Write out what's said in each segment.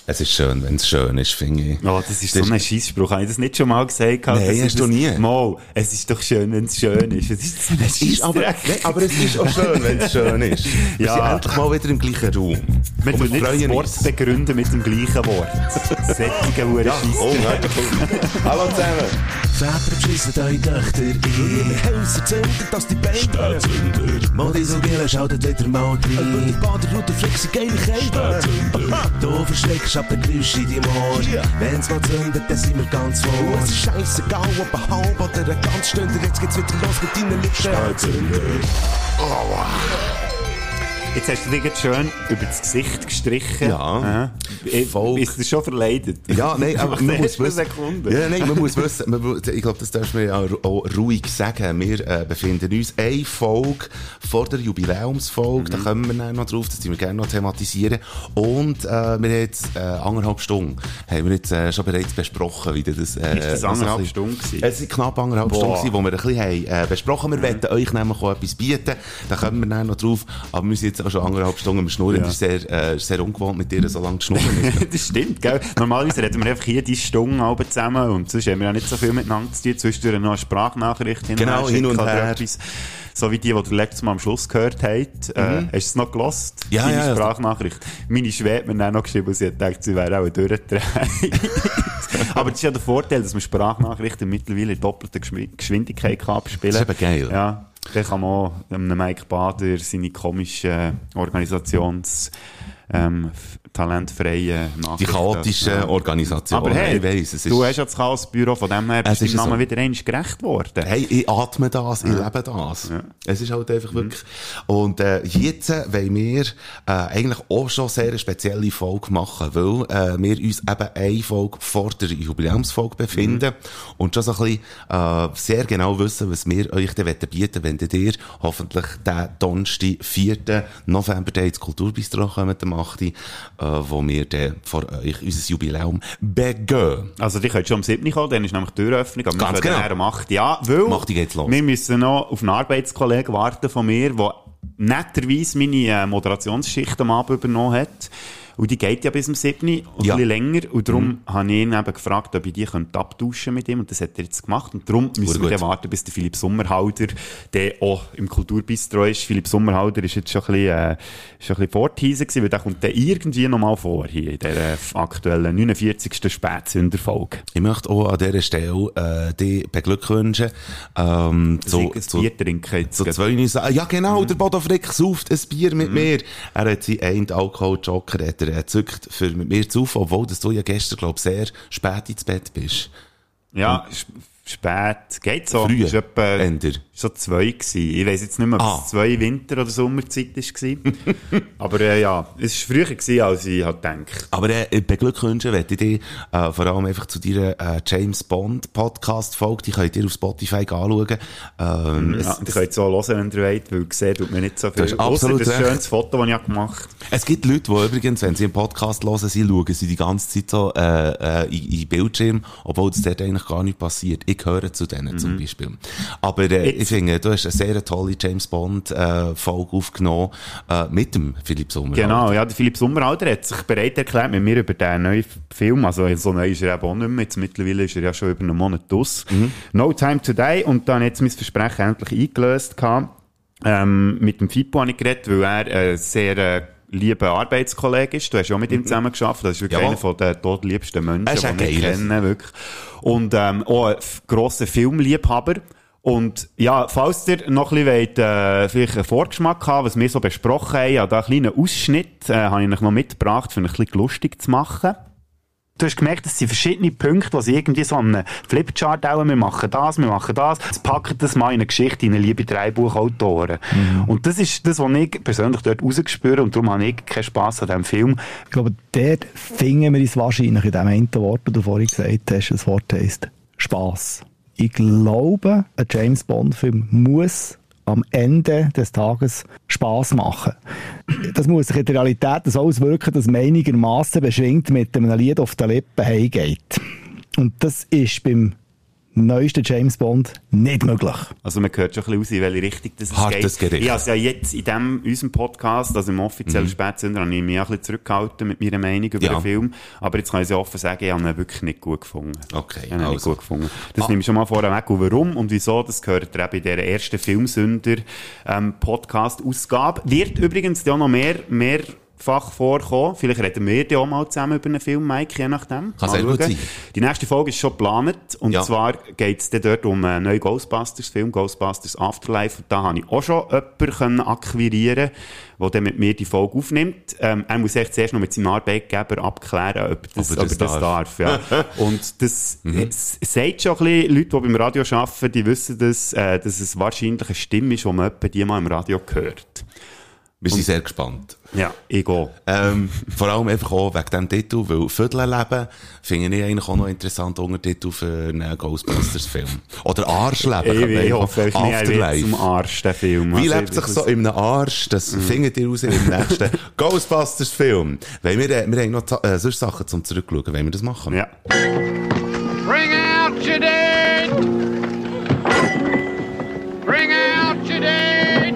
Es ist schön, wenn es schön ist, finde ich. Oh, das ist so ein Scheissspruch. Habe ich das nicht schon mal gesagt? Nein, hast du nie. Mal, es ist doch schön, wenn es schön ist. Es ist so ein Scheissdreck. Aber es ist auch schön, wenn es schön ist. Wir sind endlich mal wieder im gleichen Raum. Wir tun nicht das Wort begründen mit dem gleichen Wort. Sättige Scheissdreck. Oh, hallo zusammen. Väter beschissen eure Töchter in ihre Häuser, zündet, dass die Beine Spätzünder. Modis und Gielen schaltet wieder mal rein. Über die Baderroute flexen geile Kälte. Du verschreckst ab der Geräusche in deinem Ohr. Wenn's mal zündet, dann sind wir ganz vor. Es ist scheissegal, ob ein halb oder eine ganze Stunde. Jetzt geht's wieder los mit deinen Lippen. Spätzünder. Jetzt hast du dich jetzt schön über das Gesicht gestrichen. Ja. Ist das schon verleidet? Ja, nein, aber man muss wissen. Ja, nein, man muss wissen. Ich glaube, das darfst du mir ja auch ruhig sagen. Wir befinden uns eine Folge vor der Jubiläumsfolge. Da kommen wir dann noch drauf, das wir gerne noch thematisieren. Und wir haben jetzt 1,5 Stunden. Haben wir jetzt schon bereits besprochen, wie das... Ist das 1,5 Stunden gewesen? Es sind knapp 1,5 Stunden gewesen, wo wir ein bisschen haben besprochen. Wir wollten euch nämlich auch etwas bieten. Da kommen wir dann noch drauf. Aber wir müssen jetzt auch schon 1,5 Stunden am Schnurren. Ja. Das ist sehr ungewohnt, mit dir so lange zu schnurren. Das stimmt, gell? Normalerweise reden wir einfach hier die Stunden alle zusammen und sonst haben wir ja nicht so viel miteinander zu tun. Zwischendurch noch eine Sprachnachricht hin und her. So wie die du letztes Mal am Schluss gehört hast. Hast du es noch gelost? Ja, deine ja. Sprachnachricht. Meine Schwäche hat mir dann noch geschrieben und sie hat gedacht, sie wäre auch durchgedreht. Aber das ist ja der Vorteil, dass man Sprachnachrichten mittlerweile in doppelter Geschwindigkeit abspielen kann. Das ist eben geil. Ja. Dann kann man auch Mike Bader seine komischen talentfreie Nachrichten. Die chaotische Organisation. Aber hey, ich weiss, es ist... du hast ja das Chaosbüro, von dem her bist du deinem Namen so. wieder einmal gerecht geworden. Hey, ich atme das, ich lebe das. Ja. Es ist halt einfach wirklich... Und jetzt wollen wir eigentlich auch schon sehr eine spezielle Folge machen, weil wir uns eben eine Folge vor der Jubiläumsfolge befinden und schon so ein bisschen sehr genau wissen, was wir euch dann bieten wollen, wenn ihr hoffentlich den Donnerstag, 4. November ins Kulturbistro kommen, am 8., wo wir dann vor euch unser Jubiläum begehen. Also die könnt schon am 7. kommen, dann ist nämlich die Türöffnung, aber ganz wir können genau. am 8. Ja, weil am 8. geht's los. Wir müssen noch auf einen Arbeitskollegen warten von mir, der netterweise meine Moderationsschicht am Abend übernommen hat. Und die geht ja bis zum 7. und ein bisschen länger. Und darum habe ich ihn eben gefragt, ob ich die abtauschen mit ihm. Und das hat er jetzt gemacht. Und darum müssen wir dann warten, bis der Philipp Sommerhalder, der auch im Kulturbistro ist. Philipp Sommerhalder ist jetzt schon ein bisschen vorteasen gewesen, weil der kommt dann irgendwie nochmal vor hier in dieser aktuellen 49. Spätsünderfolge. Ich möchte auch an dieser Stelle dich beglückwünschen. Zu Bier trinken jetzt. Zu zwei News. Ja genau, der Bodo Frick sauft ein Bier mit mir. Er hat seinen einen Alkohol-Joker gezückt, für mit mir zu saufen, obwohl du ja gestern, glaube ich, sehr spät ins Bett bist. Ja, spät. Geht so. Früh. Ist etwa so 2 gewesen. Ich weiss jetzt nicht mehr, ob es 2 Winter- oder Sommerzeit war. Aber ja, es war früher gewesen, als ich halt gedacht. Aber beglückwünschen möchte ich dich vor allem einfach zu deiner James Bond Podcast-Folge. Die könnt ihr auf Spotify anschauen. Die könnt ihr auch hören, wenn ihr wollt, weil gesehen tut mir nicht so viel. Das ist absolut das schönes Foto, das ich gemacht habe. Es gibt Leute, die übrigens, wenn sie einen Podcast hören, schauen sie die ganze Zeit so in Bildschirm, obwohl das dort eigentlich gar nicht passiert. Ich gehöre zu denen zum Beispiel. Aber ich finde, du hast eine sehr tolle James Bond Folge aufgenommen mit dem Philipp Sommerhalder. Genau, ja, der Philipp Sommerhalder hat sich bereit erklärt, mit mir über den neuen Film, also so neu ist er eben auch nicht mehr, jetzt mittlerweile ist er ja schon über einen Monat aus. No Time to Die, und dann jetzt mein Versprechen endlich eingelöst gehabt. Mit dem Fippo habe ich geredet, weil er sehr lieber Arbeitskollege ist. Du hast ja auch mit ihm zusammen gearbeitet. Das ist wirklich einer von den todliebsten Menschen, die ich kenne. Wirklich. Und auch ein grosser Filmliebhaber. Und ja, falls ihr noch ein bisschen vielleicht einen Vorgeschmack haben, was wir so besprochen haben, ja, da einen kleinen Ausschnitt habe ich euch noch mitgebracht, für ein bisschen lustig zu machen. Du hast gemerkt, es sind verschiedene Punkte, die sie irgendwie so an einem Flipchart auch, wir machen das, jetzt packen das mal in eine Geschichte, in eine liebe Drehbuchautoren. Und das ist das, was ich persönlich dort rausgespürt, und darum habe ich keinen Spass an diesem Film. Ich glaube, dort finden wir uns wahrscheinlich in dem einen Wort, das du vorhin gesagt hast, das Wort heisst Spass. Ich glaube, ein James-Bond-Film muss am Ende des Tages Spass machen. Das muss sich in der Realität so auswirken, dass man einigermassen beschwingt mit einem Lied auf den Lippen heimgeht. Und das ist beim neuesten James Bond nicht möglich. Also man hört schon ein bisschen aus, in welche Richtung das Hartes geht. Gericht. Ich habe ja jetzt in unserem Podcast, also im offiziellen Spätsünder, habe ich mich ein bisschen zurückgehalten mit meiner Meinung über den Film. Aber jetzt kann ich offen sagen, ich habe ihn wirklich nicht gut gefunden. Okay, ich habe ihn nicht gut gefunden. Das nehme ich schon mal vorher weg. Und warum und wieso, das gehört eben in dieser ersten Filmsünder-Podcast-Ausgabe. Wird übrigens ja noch mehrfach vorkommen. Vielleicht reden wir ja auch mal zusammen über einen Film, Mike, je nachdem. Kann sehr gut sein. Die nächste Folge ist schon geplant. Und zwar geht es dort um einen neuen Ghostbusters-Film, Ghostbusters Afterlife. Und da habe ich auch schon jemanden akquirieren, der dann mit mir die Folge aufnimmt. Er muss echt zuerst noch mit seinem Arbeitgeber abklären, ob er das darf. Ja. Und das sagt schon ein bisschen, Leute, die beim Radio arbeiten, die wissen das, dass es wahrscheinlich eine Stimme ist, die man etwa die mal im Radio hört. Wir sind sehr gespannt. Ja, ich gehe. Vor allem einfach auch wegen dem Titel, weil Viertelleben finde ich eigentlich auch noch interessant Untertitel für einen Ghostbusters-Film. Oder Arschleben. Ich hoffe, ich nicht zum Arsch, der Film. Wie lebt sich so in einem Arsch? Das findet ihr raus im nächsten Ghostbusters-Film. Wir haben noch sonst Sachen zum Zurückschauen. Wollen wir das machen? Ja. Bring out your dead! Bring out your dead!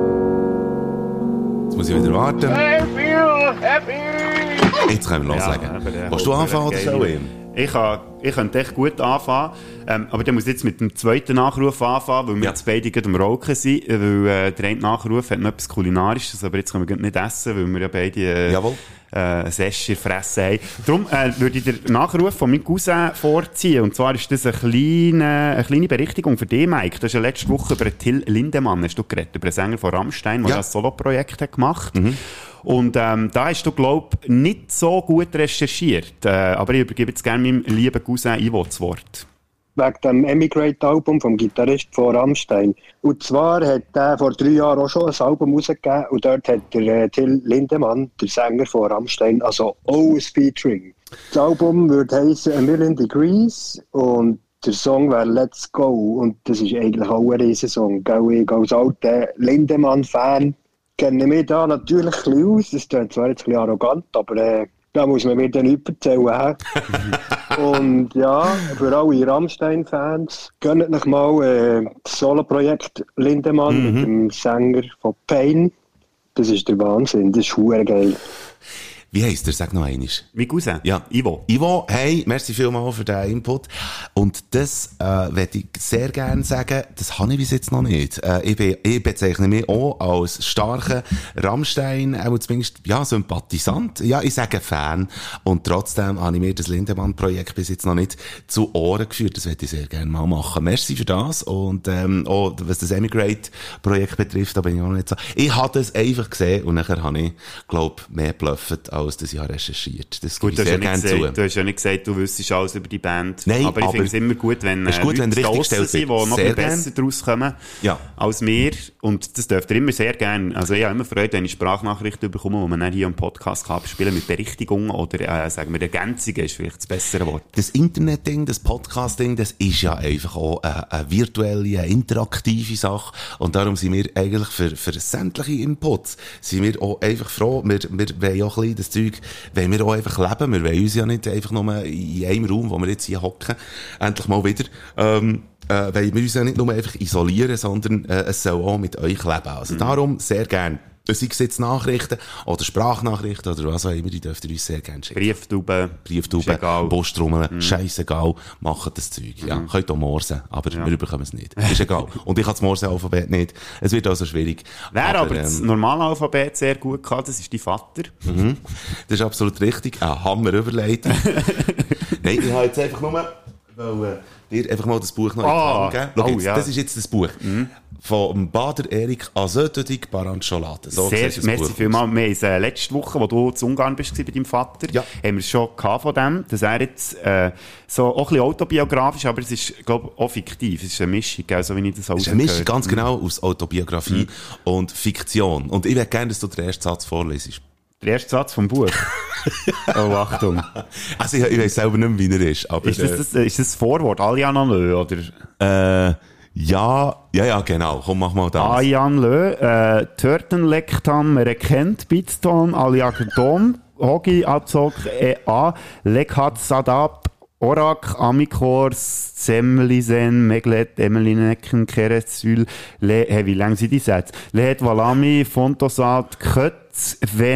Jetzt muss ich wieder warten. Happy! Jetzt können wir loslegen. Willst du anfangen oder soll ich? Ich könnte echt gut anfangen, aber dann muss ich jetzt mit dem zweiten Nachruf anfangen, weil wir jetzt beide gerade am Rauchen sind, weil der eine Nachruf hat noch etwas Kulinarisches, aber jetzt können wir nicht essen, weil wir ja beide Sesch in der Fresse haben. Darum würde ich den Nachruf von meinem Cousin vorziehen, und zwar ist das eine kleine Berichtigung für dich, Mike. Du hast ja letzte Woche über Till Lindemann hast du geredet, über den Sänger von Rammstein, der das Solo-Projekt hat gemacht. Und da hast du, glaube ich, nicht so gut recherchiert. Aber ich übergebe jetzt gerne meinem lieben Cousin Ivo das Wort. Wegen dem Emigrate-Album vom Gitarrist von Rammstein. Und zwar hat er vor 3 Jahren auch schon ein Album rausgegeben und dort hat der Till Lindemann, der Sänger von Rammstein, also auch ein Featuring. Das Album würde heissen A Million Degrees und der Song wäre Let's Go und das ist eigentlich auch ein Riesensong. Ich als alter Lindemann-Fan kenne mich da natürlich ein bisschen aus. Das klingt zwar jetzt ein bisschen arrogant, aber da muss man mir dann nicht erzählen. Und ja, für alle Rammstein-Fans, gönnt euch mal das Solo-Projekt Lindemann mit dem Sänger von Pain. Das ist der Wahnsinn, das ist verdammt geil. Wie heisst der? Sag noch einmal. Mein Cousin? Ja. Ivo. Ivo, hey, merci vielmals für den Input. Und das möchte ich sehr gerne sagen, das habe ich bis jetzt noch nicht. Ich bezeichne mich auch als starker Rammstein, auch zumindest, ja, Sympathisant. Ja, ich sage Fan. Und trotzdem habe ich mir das Lindemann-Projekt bis jetzt noch nicht zu Ohren geführt. Das möchte ich sehr gerne mal machen. Merci für das. Und auch was das Emigrate-Projekt betrifft, da bin ich auch noch nicht so. Ich habe das einfach gesehen und nachher habe ich, glaube mehr bluffet, als dass ich recherchiert. Das gebe ich sehr gerne zu. Du hast ja nicht gesagt, du wüsstest alles über die Band. Nein, aber ich finde es immer gut, wenn Leute richtig sind, die noch viel besser daraus kommen als wir. Und das dürft ihr immer sehr gerne. Also ich habe immer Freude, wenn ich Sprachnachrichten bekomme, die man dann hier im Podcast abspielen mit Berichtigungen oder sagen wir Ergänzungen, ist vielleicht das bessere Wort. Das Internet-Ding, das Podcast-Ding, das ist ja einfach auch eine virtuelle, eine interaktive Sache. Und darum sind wir eigentlich für sämtliche Inputs sind wir auch einfach froh. Wir wollen ja auch ein bisschen das Zeug, wenn wir auch einfach leben. Wir wollen uns ja nicht einfach nur in einem Raum, wo wir jetzt hier hocken, endlich mal wieder, weil wir uns ja nicht nur einfach isolieren, sondern es soll auch mit euch leben. Also darum sehr gern. Sei es jetzt Nachrichten oder Sprachnachrichten oder was auch immer, die dürft ihr uns sehr gerne schicken. Brieftauben, Posttrommeln, scheissegal, macht das Zeug. Ja, könnt auch morsen, aber wir bekommen es nicht. Ist egal. Und ich habe das Morse-Alphabet nicht. Es wird also schwierig. Wer aber das normale Alphabet sehr gut kann, das ist dein Vater. Das ist absolut richtig. Hammer-Überleitung. Nein, ich habe jetzt einfach nur, weil dir einfach mal das Buch noch in die Hand geben. Schau jetzt, das ist jetzt das Buch. Vom Bader Erik Azötödig Baranscholate. So sehr, merci vielmals. Wir haben letzte Woche, wo du zu Ungarn bist bei deinem Vater, haben wir es schon gehabt von dem, dass er jetzt so auch ein bisschen autobiografisch, aber es ist, glaube ich, auch fiktiv. Es ist eine Mischung, so wie ich das auch Es ist eine Mischung, ganz genau, aus Autobiografie und Fiktion. Und ich würde gerne, dass du den ersten Satz vorlesest. Der erste Satz vom Buch? Oh, Achtung. Also ich weiss selber nicht mehr, wie er ist. Aber, ist das Vorwort? Alian Lö, oder? Ja, genau. Komm, mach mal das. Alian Lö, Törtenlektam, Rekent, Bitston, Aliagdom, Hogi, Azog, A, Lekhat, Sadab, Orak, Amikors, Semlisen, Meglet, Emelinecken, Keresyl, wie lang sind die Sätze? Lehet, Valami, Fontosat, Kötz,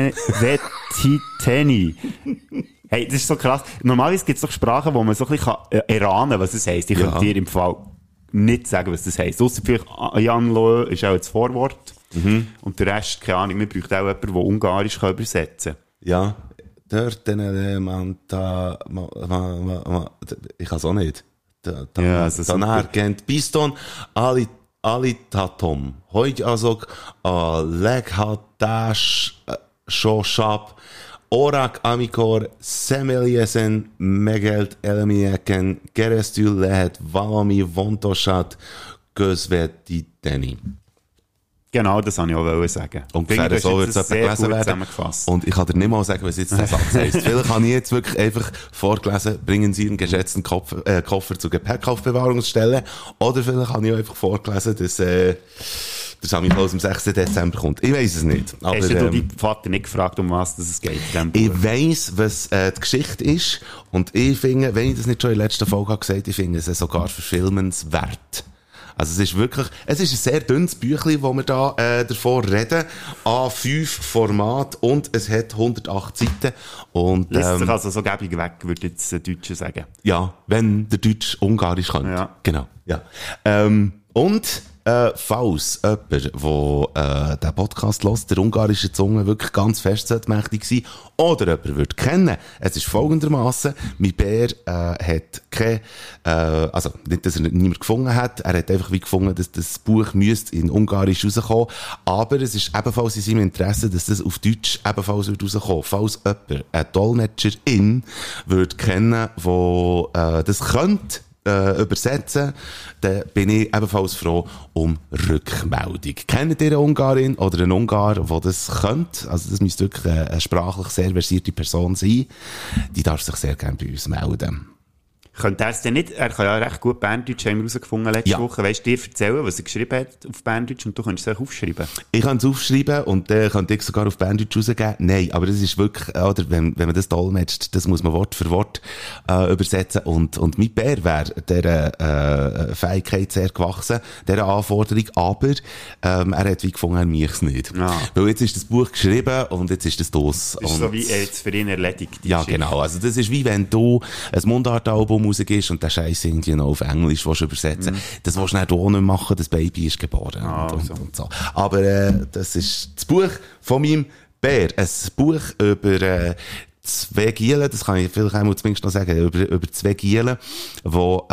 Vetiteni. Hey, das ist so krass. Normalerweise gibt es doch Sprachen, wo man so ein bisschen erahnen kann, was es heisst. Ich könnte dir im Fall nicht sagen, was das heisst. Ausser vielleicht Janlo ist auch das Vorwort. Und der Rest, keine Ahnung, man braucht auch jemanden, der Ungarisch kann übersetzen kann. Ja. Dort den Elementa, ich kann es auch nicht. Danach kennt Piston, Alitatom. Heute also, Leghatash, Shoshab, Orak, Amikor, Semeliesen, Megelt, Elemieken, Gerestül, Lehet, Valami, Vontoshat, Gözvetiteni. Genau, das wollte ich auch sagen. Ungefähr so wird es gelesen werden. Und ich kann dir nicht mal sagen, was jetzt der Satz heisst. Vielleicht habe ich jetzt wirklich einfach vorgelesen, bringen Sie Ihren geschätzten Koffer zur Gepäckaufbewahrungsstelle. Oder vielleicht habe ich auch einfach vorgelesen, dass der Sammy Klaus am 6. Dezember kommt. Ich weiss es nicht. Aber, hast du deinen Vater nicht gefragt, um was es geht? Ich weiss, was die Geschichte ist. Und ich finde, wenn ich das nicht schon in der letzten Folge habe gesagt, ich finde es sogar verfilmenswert. Also es ist wirklich, es ist ein sehr dünnes Büchlein, wo wir da davon reden. A5 Format und es hat 108 Seiten. Und, lässt sich also so gäbig weg, würde jetzt der Deutsche sagen. Ja, wenn der Deutsch Ungarisch kann. Ja. Genau. Ja. Und falls jemand, der den Podcast hört, der ungarische Zunge wirklich ganz fest mächtig sein oder jemand würde kennen, es ist folgendermaßen: mein Bär hat keine, also nicht, dass er niemand gefunden hat, er hat einfach wie gefunden, dass das Buch müsste in Ungarisch rauskommen, aber es ist ebenfalls in seinem Interesse, dass das auf Deutsch ebenfalls rauskommen. Falls jemand eine Dolmetscherin würde kennen, wo das könnte übersetzen, dann bin ich ebenfalls froh um Rückmeldung. Kennt ihr eine Ungarin oder einen Ungar, der das könnte? Also das müsste wirklich eine sprachlich sehr versierte Person sein. Die darf sich sehr gerne bei uns melden. Könnte er es denn nicht? Er kann ja recht gut Berndeutsch, haben wir herausgefunden letzte Woche. Weißt du, dir erzählen, was er geschrieben hat auf Berndeutsch und du könntest es auch aufschreiben? Ich kann es aufschreiben und dann könnte ich sogar auf Berndeutsch rausgeben. Nein, aber das ist wirklich, oder wenn man das dolmetscht, das muss man Wort für Wort übersetzen. Und mein Bär wäre dieser Fähigkeit sehr gewachsen, dieser Anforderung, aber er hat wie gefunden, er mich es nicht. Ja. Weil jetzt ist das Buch geschrieben und jetzt ist das los. Das ist so wie jetzt für ihn erledigt. Ja, Geschichte. Genau. Also das ist wie wenn du ein Mundartalbum rausgibst und der Scheiß irgendwie noch auf Englisch übersetzen. Das willst du nicht auch nicht machen, das Baby ist geboren. Und so. Aber das ist das Buch von meinem Bär. Ein Buch über zwei Gielen, das kann ich vielleicht einmal zumindest noch sagen, über zwei Gielen, die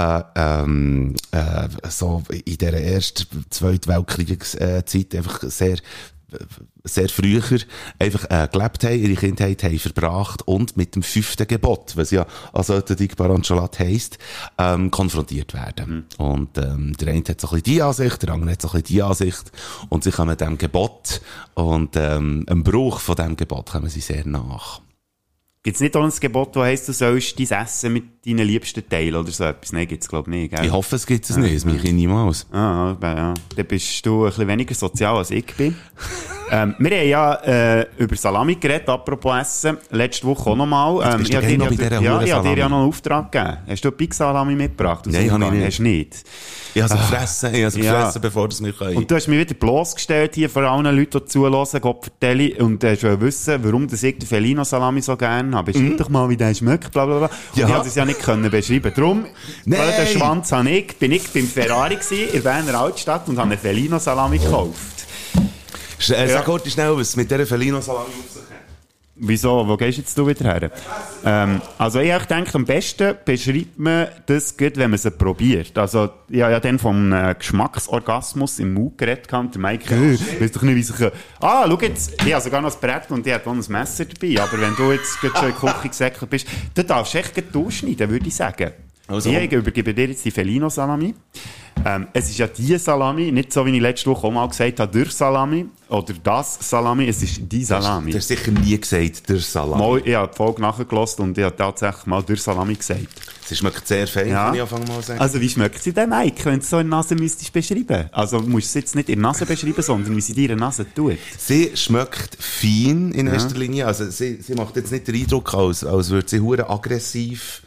so in dieser ersten, zweiten Weltkriegszeit einfach sehr früher einfach gelebt haben, ihre Kindheit haben verbracht und mit dem 5. Gebot, was ja also Digbar Ancelat heisst, konfrontiert werden. Und der eine hat so ein bisschen die Ansicht, der andere hat so ein bisschen die Ansicht und sie kommen dem Gebot und einem Bruch von dem Gebot kommen sie sehr nach. Gibt es nicht auch ein Gebot, das heisst, du sollst dein Essen mit deinen Liebsten teilen oder so etwas? Nein, gibt es glaube ich nicht, gell? Ich hoffe, es gibt es nicht, das mache ich niemals. Ja. Dann bist du ein bisschen weniger sozial als ich bin. Wir haben ja über Salami geredet, apropos Essen, letzte Woche auch nochmal. Ich habe dir ja noch einen Auftrag gegeben. Hast du Big Salami mitgebracht? Nein, habe ich nicht. Hast du nicht? Ich habe sie gefressen, bevor das mich können. Und du hast mich wieder bloßgestellt hier vor allen Leuten, die zuhören, Gott vertelle, und hast wissen, warum das ich den Felino-Salami so gerne habe. Beschreib doch mal, wie der schmeckt, bla bla bla. Ja. Und ich konnte es ja nicht beschreiben. Darum, den Schwanz bin ich beim Ferrari gewesen, in Berner Altstadt und habe einen Felino-Salami gekauft. Sag heute schnell, was mit dieser Felino-Salami auf sich hat. Wieso? Wo gehst jetzt du wieder her? Also ich denke, am besten beschreibt man das gut, wenn man es probiert. Also ich habe ja dann vom Geschmacksorgasmus im Mund geredet und der Mike, weiss doch nicht, wie sich... schau jetzt, ich habe sogar noch ein Brett und ich habe auch ein Messer dabei, aber wenn du jetzt schon in die Küche gesäckelt bist, dann darfst du echt durchschneiden, würde ich sagen. Also. Ich übergebe dir jetzt die Felino-Salami. Es ist ja die Salami, nicht so wie ich letzte Woche auch mal gesagt habe, der Salami oder das Salami, es ist die Salami. Du hast sicher nie gesagt, der Salami. Ich habe die Folge nachgelassen und ich habe tatsächlich mal der Salami gesagt. Sie schmeckt sehr fein, kann ich anfangen mal sagen. Also wie schmeckt sie denn, Mike, wenn du es so in der Nase müsstest beschreiben? Also du musst es jetzt nicht in der Nase beschreiben, sondern wie sie dir in der Nase tut. Sie schmeckt fein in erster Linie, also sie macht jetzt nicht den Eindruck, als würde sie hure aggressiv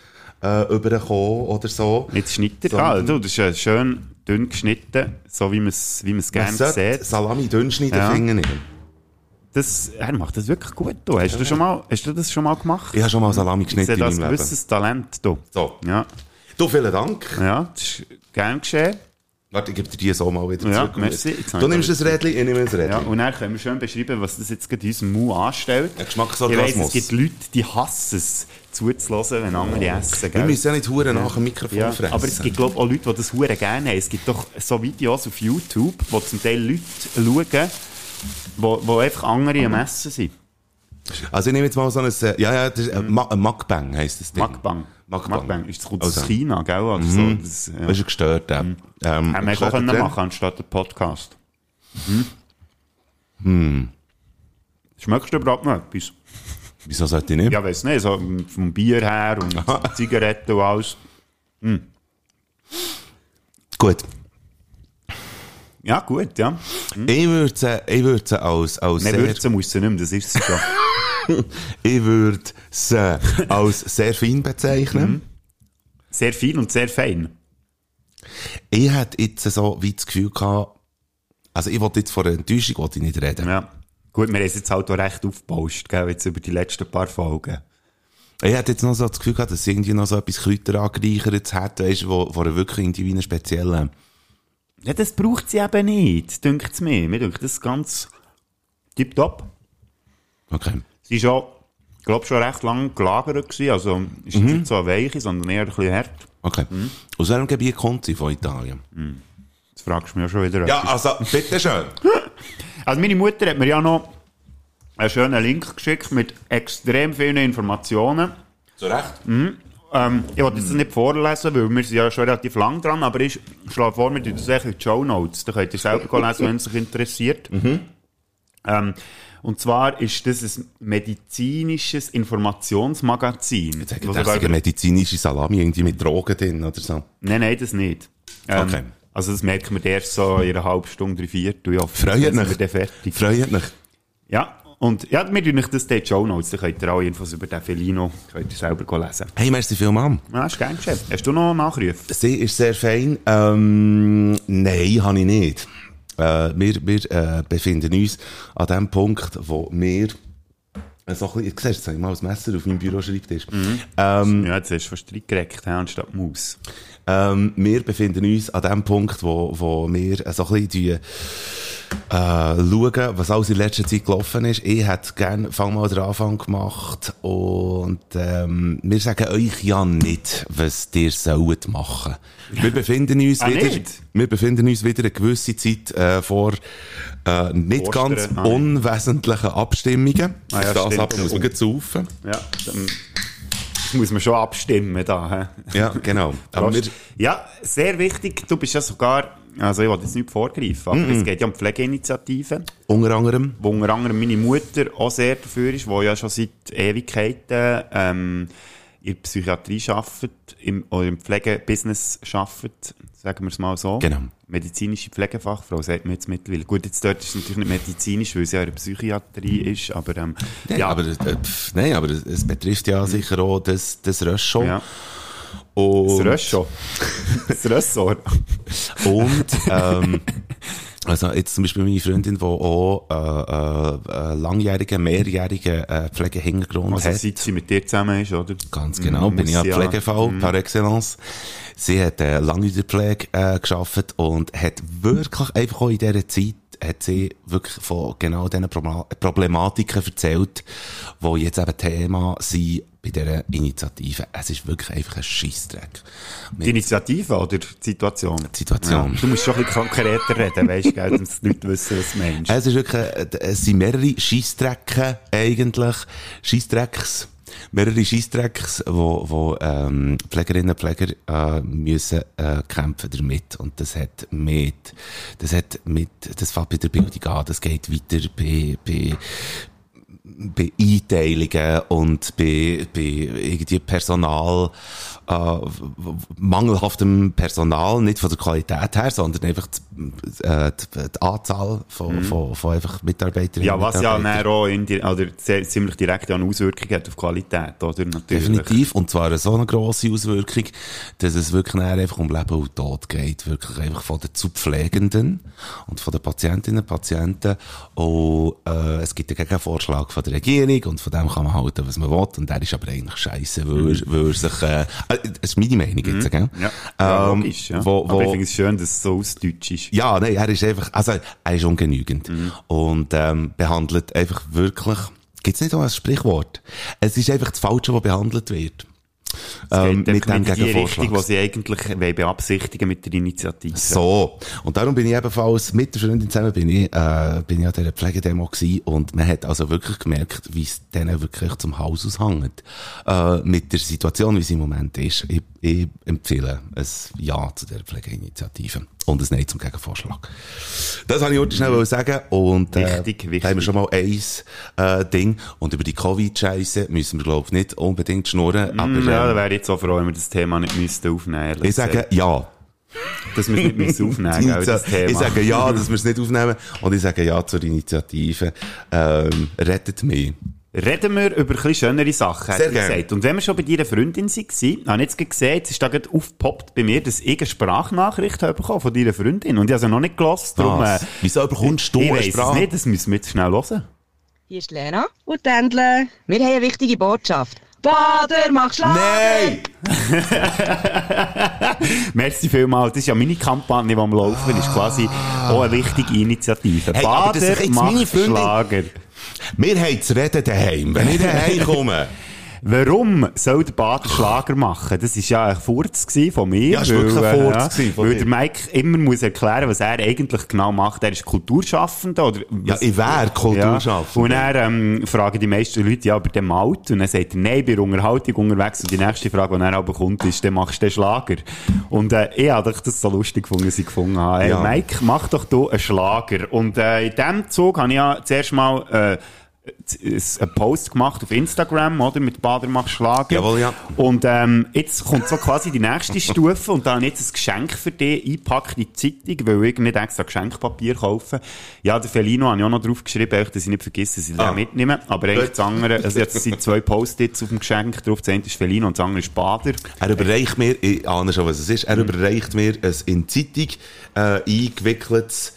überkommen oder so. Nicht Schnitter. Das ist ja schön dünn geschnitten, so wie man es gerne sieht. Salami dünn schneiden, finde ich. Er macht das wirklich gut. Hast du das schon mal gemacht? Ich habe schon mal Salami geschnitten in meinem Leben. Ich sehe das gewisses Talent. Du. So. Ja. Du, vielen Dank. Ja, das ist gern geschehen. Warte, ich gebe dir die so mal wieder ja, zurück. Merci. Du nimmst das Rädchen, ich nehme das Rädchen. Ja, und dann können wir schön beschreiben, was das jetzt gerade in unserem Mund anstellt. Ein Geschmacksorgasmus. Ich weiss, es gibt Leute, die hassen es, zuzulassen, wenn andere essen. Wir müssen ja nicht hure nach dem Mikrofon fressen. Aber es gibt, glaube ich, auch Leute, die das hure gerne haben. Es gibt doch so Videos auf YouTube, wo zum Teil Leute schauen, wo einfach andere am Essen sind. Also ich nehme jetzt mal so ein, das ist, ein Mukbang heisst das Ding. Mukbang. Ist das aus China, gell? Oder so. Das ist gestört. Haben wir auch können machen, anstatt der Podcast. Schmeckst du überhaupt noch etwas? Wieso sollte ich nicht? Ja, weiss nicht, so vom Bier her und Zigaretten und alles. Gut. Ja, gut, ja. Ich würde sie als Nein, sehr... würzen muss sie nicht mehr, das ist sie schon. Ich würde sie als sehr fein bezeichnen. Sehr fein und sehr fein. Ich hätte jetzt so wie das Gefühl gehabt, also ich wollte jetzt von einer Enttäuschung nicht reden. Ja. Gut, wir haben es jetzt halt auch recht aufgebauscht, gell, jetzt über die letzten paar Folgen. Ich hätte jetzt noch so das Gefühl gehabt, dass sie irgendwie noch so etwas Kräuter angereichert hat, weißt, wo wirklich irgendwie einen speziellen... Ja, das braucht sie eben nicht, denkt es mir. Mir denkt das ganz tipptopp. Okay. Sie war schon, glaube schon recht lange gelagert gewesen, also ist nicht so eine weiche, sondern eher ein bisschen hart. Okay. Aus welchem Gebiet kommt sie von Italien? Das fragst du mir ja schon wieder. Ja, also, bitteschön. Also meine Mutter hat mir ja noch einen schönen Link geschickt mit extrem vielen Informationen. Zu Recht. Ich wollte jetzt nicht vorlesen, weil wir sind ja schon relativ lang dran, aber ich schlage vor, wir tun das in die Shownotes. Da könnt ihr selber lesen, wenn es euch interessiert. Und zwar ist das ein medizinisches Informationsmagazin. Jetzt hätte ich eine medizinische Salami irgendwie mit Drogen drin oder so. Nein, das nicht. Okay. Also das merken wir erst so in einer halben Stunde, 3/4. Ja, Freut mich. Wir fertig. Freut mich. Ja, und ja, wir tun euch das in die Shownotes. Da könnt ihr auch Infos über den Felino selber lesen. Hey, merci vielmals. Ja, hast du gern geschafft. Hast du noch Nachrufe? Sie ist sehr fein. Nein, habe ich nicht. Wir befinden uns an dem Punkt, wo wir so ein bisschen, du siehst, jetzt habe ich mal das Messer auf meinem Büroschreibtisch. Ja, jetzt hast du fast reingeregt, anstatt Maus. Wir befinden uns an dem Punkt, wo wir so ein bisschen schauen, was alles in letzter Zeit gelaufen ist. Ich hätte gerne mal den Anfang gemacht und wir sagen euch ja nicht, was ihr sollt machen. Wir befinden uns wieder eine gewisse Zeit vor nicht ganz unwesentlichen Abstimmungen. Ja, das aber muss man saufen. Ja, das muss man schon abstimmen da. He? Ja, genau. Aber ja, sehr wichtig. Du bist ja sogar, also ich will jetzt nicht vorgreifen, aber es geht ja um Pflegeinitiativen. Unter anderem. Wo unter anderem meine Mutter auch sehr dafür ist, die ja schon seit Ewigkeiten in der Psychiatrie arbeitet, oder im Pflegebusiness arbeitet, sagen wir es mal so. Genau. Medizinische Pflegefachfrau, sagt man jetzt mittlerweile. Gut, jetzt dort ist es natürlich nicht medizinisch, weil es ja in der Psychiatrie ist, aber Nein, aber es betrifft ja sicher auch das Röschel. Ja. Und das Röschel. Das Ressort. Und also jetzt zum Beispiel meine Freundin, die auch langjährigen, mehrjährigen Pflegehintergrund hat. Also seit sie mit dir zusammen ist, oder? Ganz genau, bin ich ja Pflegefall par excellence. Sie hat lange in der Pflege gearbeitet und hat wirklich einfach auch in dieser Zeit hat sie wirklich von genau diesen Problematiken erzählt, die jetzt eben Thema sind bei dieser Initiative. Es ist wirklich einfach ein Scheissdreck. Die Initiative oder die Situation? Die Situation. Ja, du musst schon ein bisschen konkreter reden, weisst du, damit die Leute wissen, was du meinst. Es ist wirklich, es sind mehrere Scheissdrecke eigentlich, mehrere Scheissdrecks, wo Pflegerinnen und Pfleger müssen kämpfen damit. Und das fängt bei der Bildung an, das geht weiter bei bei Einteilungen und bei irgendwie Personal, mangelhaftem Personal, nicht von der Qualität her, sondern einfach die Anzahl von einfach Mitarbeiterinnen. Ja, was ja dann auch ziemlich direkt eine Auswirkung hat auf Qualität, oder? Natürlich. Definitiv. Und zwar so eine grosse Auswirkung, dass es wirklich dann einfach um Leben und Tod geht. Wirklich einfach von den zu Pflegenden und von den Patientinnen und Patienten. Und es gibt ja keinen Vorschlag von der Regierung und von dem kann man halten, was man will. Und der ist aber eigentlich scheisse, weil er sich... das ist meine Meinung jetzt, gell? Ja, logisch, ja. Aber ich finde es schön, dass es so ausdeutsch ist. Ja, nein, er ist einfach, also, er ist ungenügend. Und, behandelt einfach wirklich, gibt's nicht auch ein Sprichwort? Es ist einfach das Falsche, was behandelt wird. Mit dem Gegenvorschlag. Richtung, was sie eigentlich beabsichtigen mit der Initiative. So. Und darum bin ich ebenfalls mit der Freundin zusammen, bin ich an dieser Pflegedemo gewesen und man hat also wirklich gemerkt, wie es denen wirklich zum Haus aushängt. Mit der Situation, wie sie im Moment ist. Ich empfehle ein Ja zu der Pflegeinitiative. Und ein Nein zum Gegenvorschlag. Das wollte ich heute schnell sagen. Und, wichtig. Da haben wir schon mal ein Ding. Und über die Covid-Scheisse müssen wir, glaube ich, nicht unbedingt schnurren. Aber, ja, da wäre ich jetzt auch froh, wenn wir das Thema nicht aufnehmen müssten. Ich sage Ja. Dass wir es nicht aufnehmen müssen, das Thema. Ich sage Ja, dass wir es nicht aufnehmen. Und ich sage Ja zur Initiative. Rettet mich. Reden wir über ein bisschen schönere Sachen, hätte ich gesagt. Und wenn wir schon bei deiner Freundin waren, habe ich jetzt gesehen, es ist da gerade aufgepoppt bei mir, dass ich eine Sprachnachricht habe bekommen von deiner Freundin. Und ich habe sie noch nicht gehört. Darum, wieso bekommst du eine Sprache? Ich weiss es nicht, das müssen wir jetzt schnell hören. Hier ist Lena und Tändle. Wir haben eine wichtige Botschaft. Bader, mach Schlager! Nein! Merci vielmals. Das ist ja meine Kampagne, die am Laufen ist. Quasi auch eine wichtige Initiative. Hey, Bader, mach Schlager. Wir haben zu reden daheim, wenn ich daheim komme. Warum soll der Bader Schlager machen? Das war ja ein Furz von mir. Ja, das war wirklich ein Furz von weil mir. Der Mike immer muss erklären, was er eigentlich genau macht. Er ist Kulturschaffender. Oder ja, ich wäre Kulturschaffender. Ja. Und dann fragen die meisten Leute, ja, aber der malt. Und dann sagt er, nein, bei der Unterhaltung unterwegs. Und die nächste Frage, die er aber kommt, ist, dann machst du den Schlager. Und ich habe das so lustig gefunden, dass ich gefunden habe. Hey, ja. Mike, mach doch hier einen Schlager. Und in diesem Zug habe ich ja zuerst mal... einen Post gemacht auf Instagram, oder? Mit Bader macht Schlager. Jawohl, ja. Und jetzt kommt so quasi die nächste Stufe und da habe ich jetzt ein Geschenk für dich eingepackt in die Zeitung, weil ich nicht extra Geschenkpapier kaufen. Ja, der Felino habe ich auch noch drauf geschrieben, dass ich nicht vergesse, dass ich den mitnehme. Aber eigentlich das andere, also jetzt sind 2 Post-its auf dem Geschenk drauf. Das eine ist Felino und das andere ist Bader. Er überreicht mir, ich ahne schon, was es ist, er überreicht mir ein in die Zeitung eingewickeltes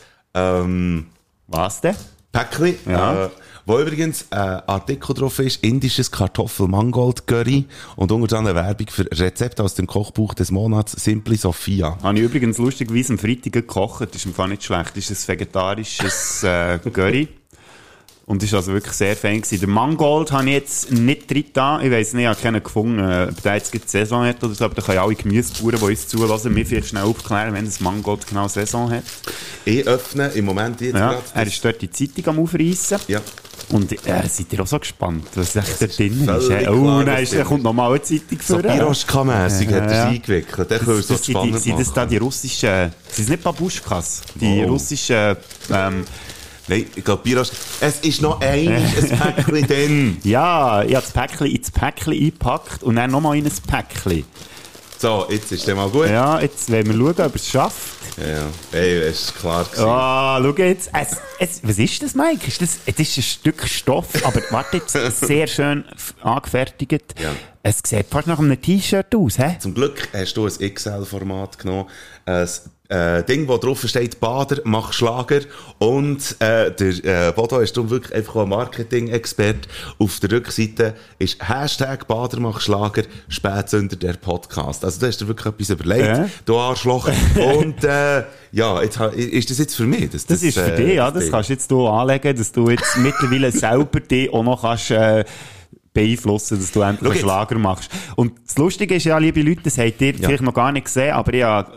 was denn? Päckchen. Ja. Wo übrigens ein Artikel drauf ist, indisches Kartoffel-Mangold-Curry und unter anderem Werbung für Rezepte aus dem Kochbuch des Monats Simply Sophia. Habe ich übrigens lustigerweise am Freitag gekocht, das ist im Fall nicht schlecht, das ist ein vegetarisches Curry. Und das war also wirklich sehr fein gewesen. Der Mangold habe ich jetzt nicht drin da. Ich weiss nicht, ich habe keinen gefunden, ob der jetzt die Saison hat oder so. Aber da können alle Gemüsebauern, die uns zulassen, mir vielleicht schnell aufklären, wenn das Mangold genau Saison hat. Ich öffne im Moment jetzt ja, gerade. Er ist dort die Zeitung am Aufreissen. Ja. Und seid ihr auch so gespannt, was echt da drin ist? Oh nein, da kommt nochmal eine Zeitung so vor. So Piroschka-mässig hat er sie eingewickelt. Der könnte so spannend machen. Sind das da die russischen... Sind es nicht Babuschkas? Die russischen... Nein, ich glaube, Pirosch. Es ist noch ein Päckchen drin. Ja, ich habe das Päckchen ins Päckchen eingepackt und dann nochmal in ein Päckchen. So, jetzt ist der mal gut. Ja, jetzt wollen wir schauen, ob er es schafft. Ja, ey, es ist klar gewesen. Ah, schau jetzt. Was ist das, Mike? Es ist ein Stück Stoff, aber warte jetzt, sehr schön angefertigt. Ja. Es sieht fast nach einem T-Shirt aus, hä? Zum Glück hast du ein XL-Format genommen. Ein Ding, wo drauf steht, Bader, mach Schlager. Und der Bodo ist darum wirklich einfach ein Marketing-Experte. Auf der Rückseite ist Hashtag Bader, mach Schlager, Spätsünder der Podcast. Also da hast du wirklich etwas überlegt, du Arschloch. Und ja, jetzt, ist das jetzt für mich? Das ist für dich, ja. Das kannst du jetzt hier anlegen, dass du jetzt mittlerweile selber dich auch noch kannst... beeinflussen, dass du endlich einen Schlager machst. Und das Lustige ist ja, liebe Leute, das habt ihr vielleicht noch gar nicht gesehen, aber ich habe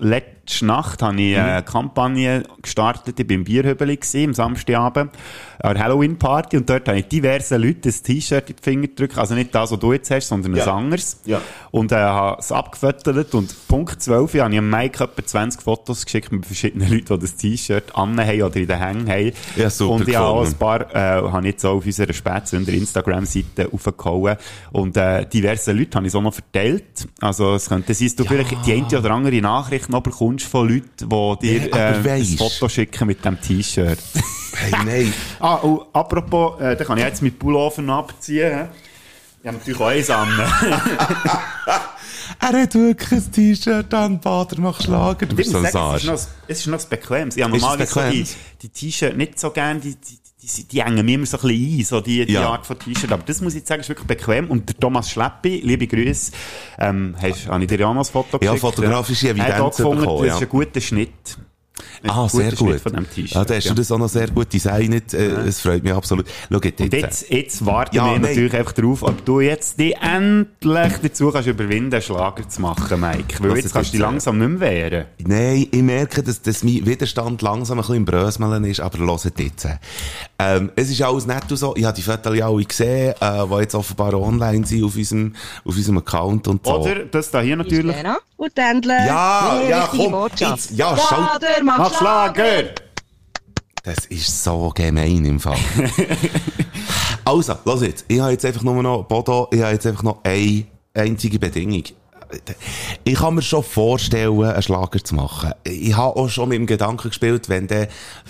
letzte Nacht habe ich eine Kampagne gestartet. Ich war im Bierhübeli am Samstagabend, an der Halloween-Party, und dort habe ich diverse Leute ein T-Shirt in die Finger gedrückt. Also nicht das, was du jetzt hast, sondern ein anderes. Ja. Und habe es abgefotogt, und Punkt 12 habe ich am Mike etwa 20 Fotos geschickt mit verschiedenen Leuten, die das T-Shirt anhaben oder in den Hängen haben. Ja, super. Und ich habe auch ein paar, habe jetzt auch auf unserer Spätsünder Instagram-Seite aufgehauen. Und diverse Leute habe ich so noch verteilt. Also es könnte sein, dass du vielleicht die eine oder andere Nachricht noch bekommst von Leuten, die dir ein Foto schicken mit dem T-Shirt. Hey, nein. Und apropos, da kann ich jetzt mit Pullover noch abziehen. Ich habe natürlich auch eins an. Er hat wirklich ein T-Shirt an, Bader macht Schlager. Du bist so ein Arsch. Es ist noch das Bequemes. Ich habe normalerweise so die T-Shirt nicht so gerne, die hängen mir immer so ein bisschen ein, so die Art von T-Shirt. Aber das muss ich sagen, ist wirklich bequem. Und der Thomas Schleppi, liebe Grüße, habe ich dir auch noch ein Foto geschickt. Ja, fotografische Evidenz bekommen. Das ist ein guter Schnitt. Sehr gut. Von dem T-Shirt. Da hast du das auch noch sehr gut designt. Es freut mich absolut. Schau, jetzt warten wir natürlich einfach darauf, ob du jetzt dich endlich dazu kannst überwinden, Schlager zu machen, Mike. Weil jetzt kannst du dich langsam nicht mehr wehren. Nein, ich merke, dass mein Widerstand langsam ein bisschen im Brösmeln ist, aber hört jetzt. Es ist alles nett und so. Ich habe die Fotos alle gesehen, die jetzt offenbar online sind auf unserem Account und so. Oder das da hier natürlich. Und Tändler. Ja, komm. Jetzt, schau. Mach Schlager! Das ist so gemein im Fall. Also, lass jetzt. Ich habe jetzt einfach nur noch, Bodo, eine einzige Bedingung. Ich kann mir schon vorstellen, einen Schlager zu machen. Ich habe auch schon mit dem Gedanken gespielt, wenn der,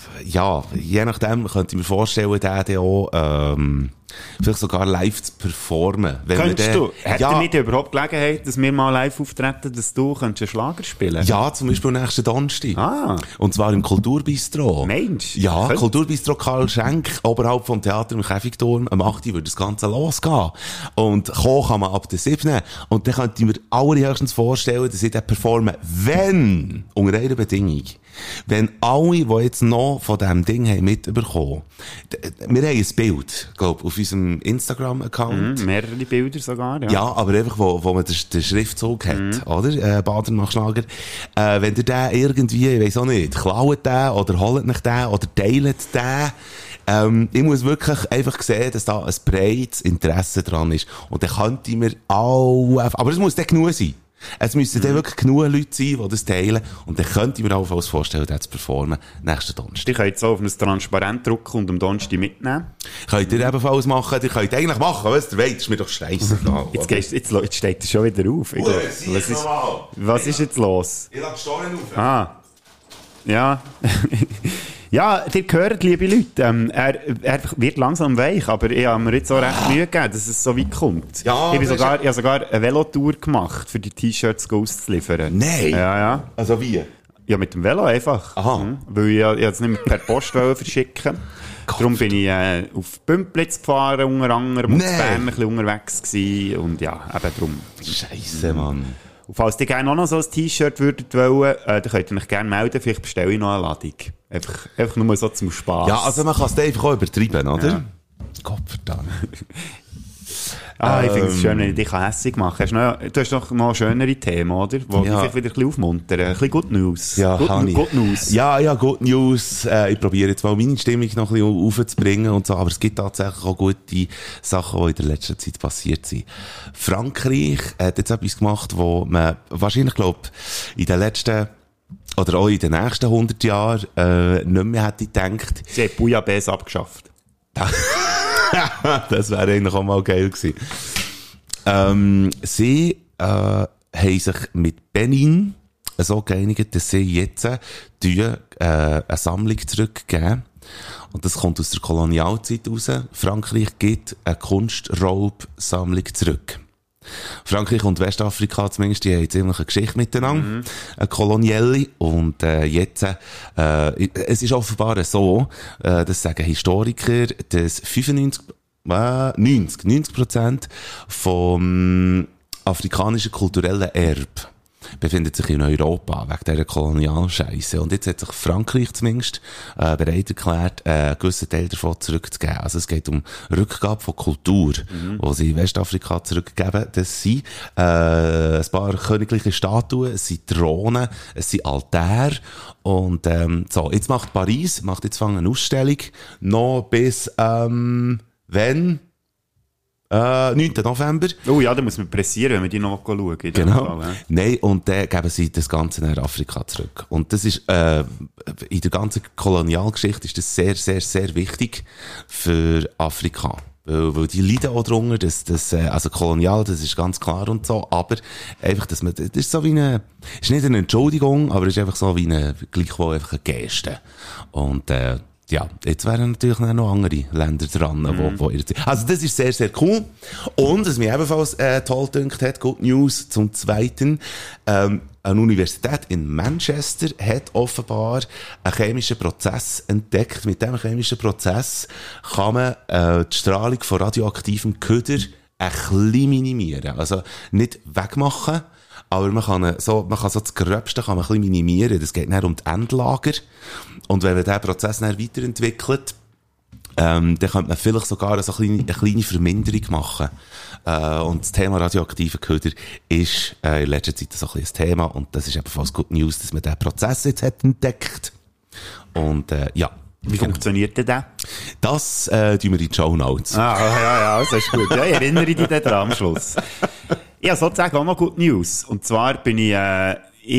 je nachdem, könnte ich mir vorstellen, der auch, vielleicht sogar live zu performen. Könntest du? Hätte nicht überhaupt Gelegenheit, dass wir mal live auftreten, dass du einen Schlager spielen könntest? Ja, zum Beispiel nächsten Donnerstag. Und zwar im Kulturbistro. Mensch. Ja, Kulturbistro Karl Schenk, oberhalb vom Theater im Käfigturm. Am 8. würde das Ganze losgehen. Und kommen kann man ab der 7. Und dann könnte ich mir allerhöchstens vorstellen, dass ich den performe, wenn, unter einer Bedingung, wenn alle, die jetzt noch von diesem Ding haben mitbekommen, wir haben ein Bild, glaube auf unserem Instagram-Account. Mehrere Bilder sogar, ja. Ja, aber einfach, wo man den Schriftzug hat, oder? Bader macht Schlager. Wenn ihr den irgendwie, ich weiss auch nicht, klaut den, oder holt nicht den, oder teilt den, ich muss wirklich einfach sehen, dass da ein breites Interesse dran ist. Und dann könnte ich mir aber es muss dann genug sein. Es müssen dann wirklich genug Leute sein, die das teilen. Und dann könnte ich mir auch vorstellen, das zu performen, nächsten Donnerstag. Ich könnt jetzt auf ein Transparent drucken und am Donnerstag mitnehmen. Könnt ihr ebenfalls machen. Ihr könnt eigentlich machen, was ihr wollt. Das ist mir doch scheissegal. Jetzt steht er schon wieder auf. Was ist jetzt los? Ich lasse die Storen auf. Ja. Ja, ihr hört, liebe Leute, er wird langsam weich, aber ich habe mir jetzt auch recht Mühe gegeben, dass es so weit kommt. Ja, ich habe sogar eine Velotour gemacht, für die T-Shirts auszuliefern. Nein! Ja. Also wie? Ja, mit dem Velo einfach. Aha. Weil ich es nicht per Post verschicken. Darum bin ich auf Bümplitz gefahren, unter anderem, und in Bern ein bisschen unterwegs gewesen. Und ja, eben drum. Scheisse, Mann. Und falls ihr gerne auch noch so ein T-Shirt würdet wollen, dann könnt ihr mich gerne melden. Vielleicht bestelle ich noch eine Ladung. Einfach nur so zum Spass. Ja, also man kann es einfach auch übertreiben, oder? Ja. Gottverdammt. Ich finde es schön, wenn ich dich hässig mache. Du hast noch mal schönere Themen, oder? Wo dich wieder ein bisschen aufmuntern. Ein bisschen Good News. Ja, Good News. Ja, Good News. Ich probiere jetzt mal meine Stimmung noch ein bisschen aufzubringen und so. Aber es gibt tatsächlich auch gute Sachen, die in der letzten Zeit passiert sind. Frankreich hat jetzt etwas gemacht, wo man wahrscheinlich, in den letzten oder auch in den nächsten 100 Jahren nicht mehr hätte gedacht. Sie hat Bouillabaisse abgeschafft. Das wäre eigentlich auch mal geil gewesen. Sie haben sich mit Benin so geeinigt, dass sie jetzt eine Sammlung zurückgeben. Und das kommt aus der Kolonialzeit raus. Frankreich gibt eine Kunstraubsammlung zurück. Frankreich und Westafrika zumindest, die haben ziemlich eine Geschichte miteinander, eine kolonielle, und jetzt, es ist offenbar so, das sagen Historiker, dass 90% vom afrikanischen kulturellen Erbe befindet sich in Europa, wegen dieser Kolonialscheisse. Und jetzt hat sich Frankreich zumindest bereit erklärt, einen gewissen Teil davon zurückzugeben. Also es geht um Rückgabe von Kultur, die sie in Westafrika zurückgeben. Das sind ein paar königliche Statuen, es sind Thronen, es sind Altäre. Und so, jetzt macht Paris, eine Ausstellung, noch bis, 9. November. Oh ja, da muss man pressieren, wenn wir die noch schauen. Genau. Fall, Nein, und dann geben sie das Ganze nach Afrika zurück. Und das ist, in der ganzen Kolonialgeschichte ist das sehr, sehr, sehr wichtig für Afrika. Weil die leiden auch drunter, also kolonial, das ist ganz klar und so, aber einfach, das ist so wie ist nicht eine Entschuldigung, aber es ist einfach so wie gleichwohl einfach eine Geste. Und, ja, jetzt wären natürlich noch andere Länder dran, wo also das ist sehr, sehr cool. Und, was mich ebenfalls toll gedünkt hat, Good News zum Zweiten, eine Universität in Manchester hat offenbar einen chemischen Prozess entdeckt. Mit diesem chemischen Prozess kann man die Strahlung von radioaktivem Köder ein bisschen minimieren. Also nicht wegmachen, aber man kann so das Gröbste kann man ein bisschen minimieren. Das geht dann um die Endlager. Und wenn man diesen Prozess dann weiterentwickelt, dann könnte man vielleicht sogar so eine kleine Verminderung machen. Und das Thema radioaktive Köder ist in letzter Zeit so ein bisschen ein Thema. Und das ist ebenfalls Good News, dass man diesen Prozess jetzt hat entdeckt. Und ja. Wie funktioniert denn der? Das tun wir in die Shownotes. Ja, das ist gut. Ja, ich erinnere dich dann am Schluss. Ich habe sozusagen auch noch Good News. Und zwar bin ich habe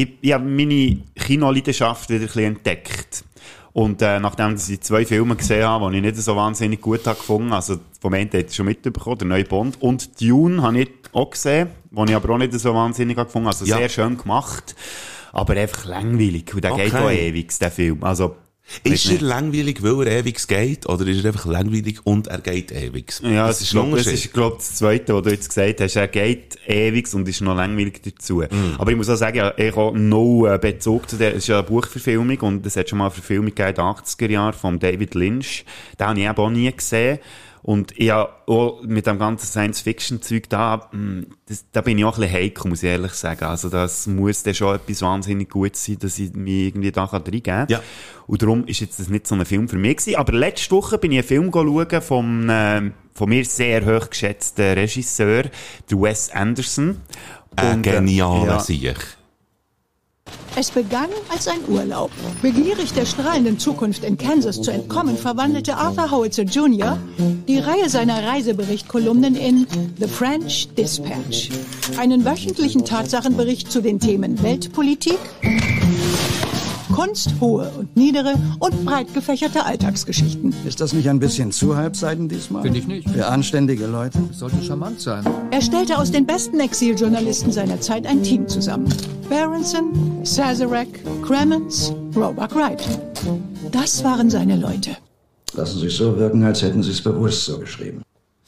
meine Kinoleidenschaft wieder ein bisschen entdeckt. Und nachdem ich 2 Filme gesehen habe, die ich nicht so wahnsinnig gut habe gefunden, also vom Ende hat es schon mitbekommen, der neue Bond, und Dune habe ich auch gesehen, den ich aber auch nicht so wahnsinnig habe gefunden, also sehr schön gemacht, aber einfach langweilig. Und der geht auch ewig, der Film. Also, ist er langweilig, weil er ewig geht, oder ist er einfach langweilig und er geht ewig? Ja, das ist, glaube ich, das Zweite, was du jetzt gesagt hast. Er geht ewig und ist noch langweilig dazu. Aber ich muss auch sagen, ich habe noch Bezug zu der, es ist ja eine Buchverfilmung und es hat schon mal eine Verfilmung gegeben in den 80er Jahren von David Lynch. Den habe ich eben auch nie gesehen. Und ich habe auch mit dem ganzen Science-Fiction-Zeug da bin ich auch ein bisschen heikel, muss ich ehrlich sagen. Also das muss dann schon etwas wahnsinnig gut sein, dass ich mich irgendwie da reingeben kann. Ja. Und darum ist jetzt das nicht so ein Film für mich gewesen. Aber letzte Woche bin ich einen Film schauen von mir sehr hoch geschätzten Regisseur, der Wes Anderson. Genialer Sieg. Es begann als ein Urlaub. Begierig der strahlenden Zukunft in Kansas zu entkommen, verwandelte Arthur Howitzer Jr. die Reihe seiner Reiseberichtkolumnen in The French Dispatch, einen wöchentlichen Tatsachenbericht zu den Themen Weltpolitik, Kunst, hohe und niedere und breit gefächerte Alltagsgeschichten. Ist das nicht ein bisschen zu halbseiden diesmal? Finde ich nicht. Für anständige Leute? Das sollte charmant sein. Er stellte aus den besten Exiljournalisten seiner Zeit ein Team zusammen. Berenson, Sazerac, Cremens, Roebuck Wright. Das waren seine Leute. Lassen Sie es so wirken, als hätten Sie es bewusst so geschrieben.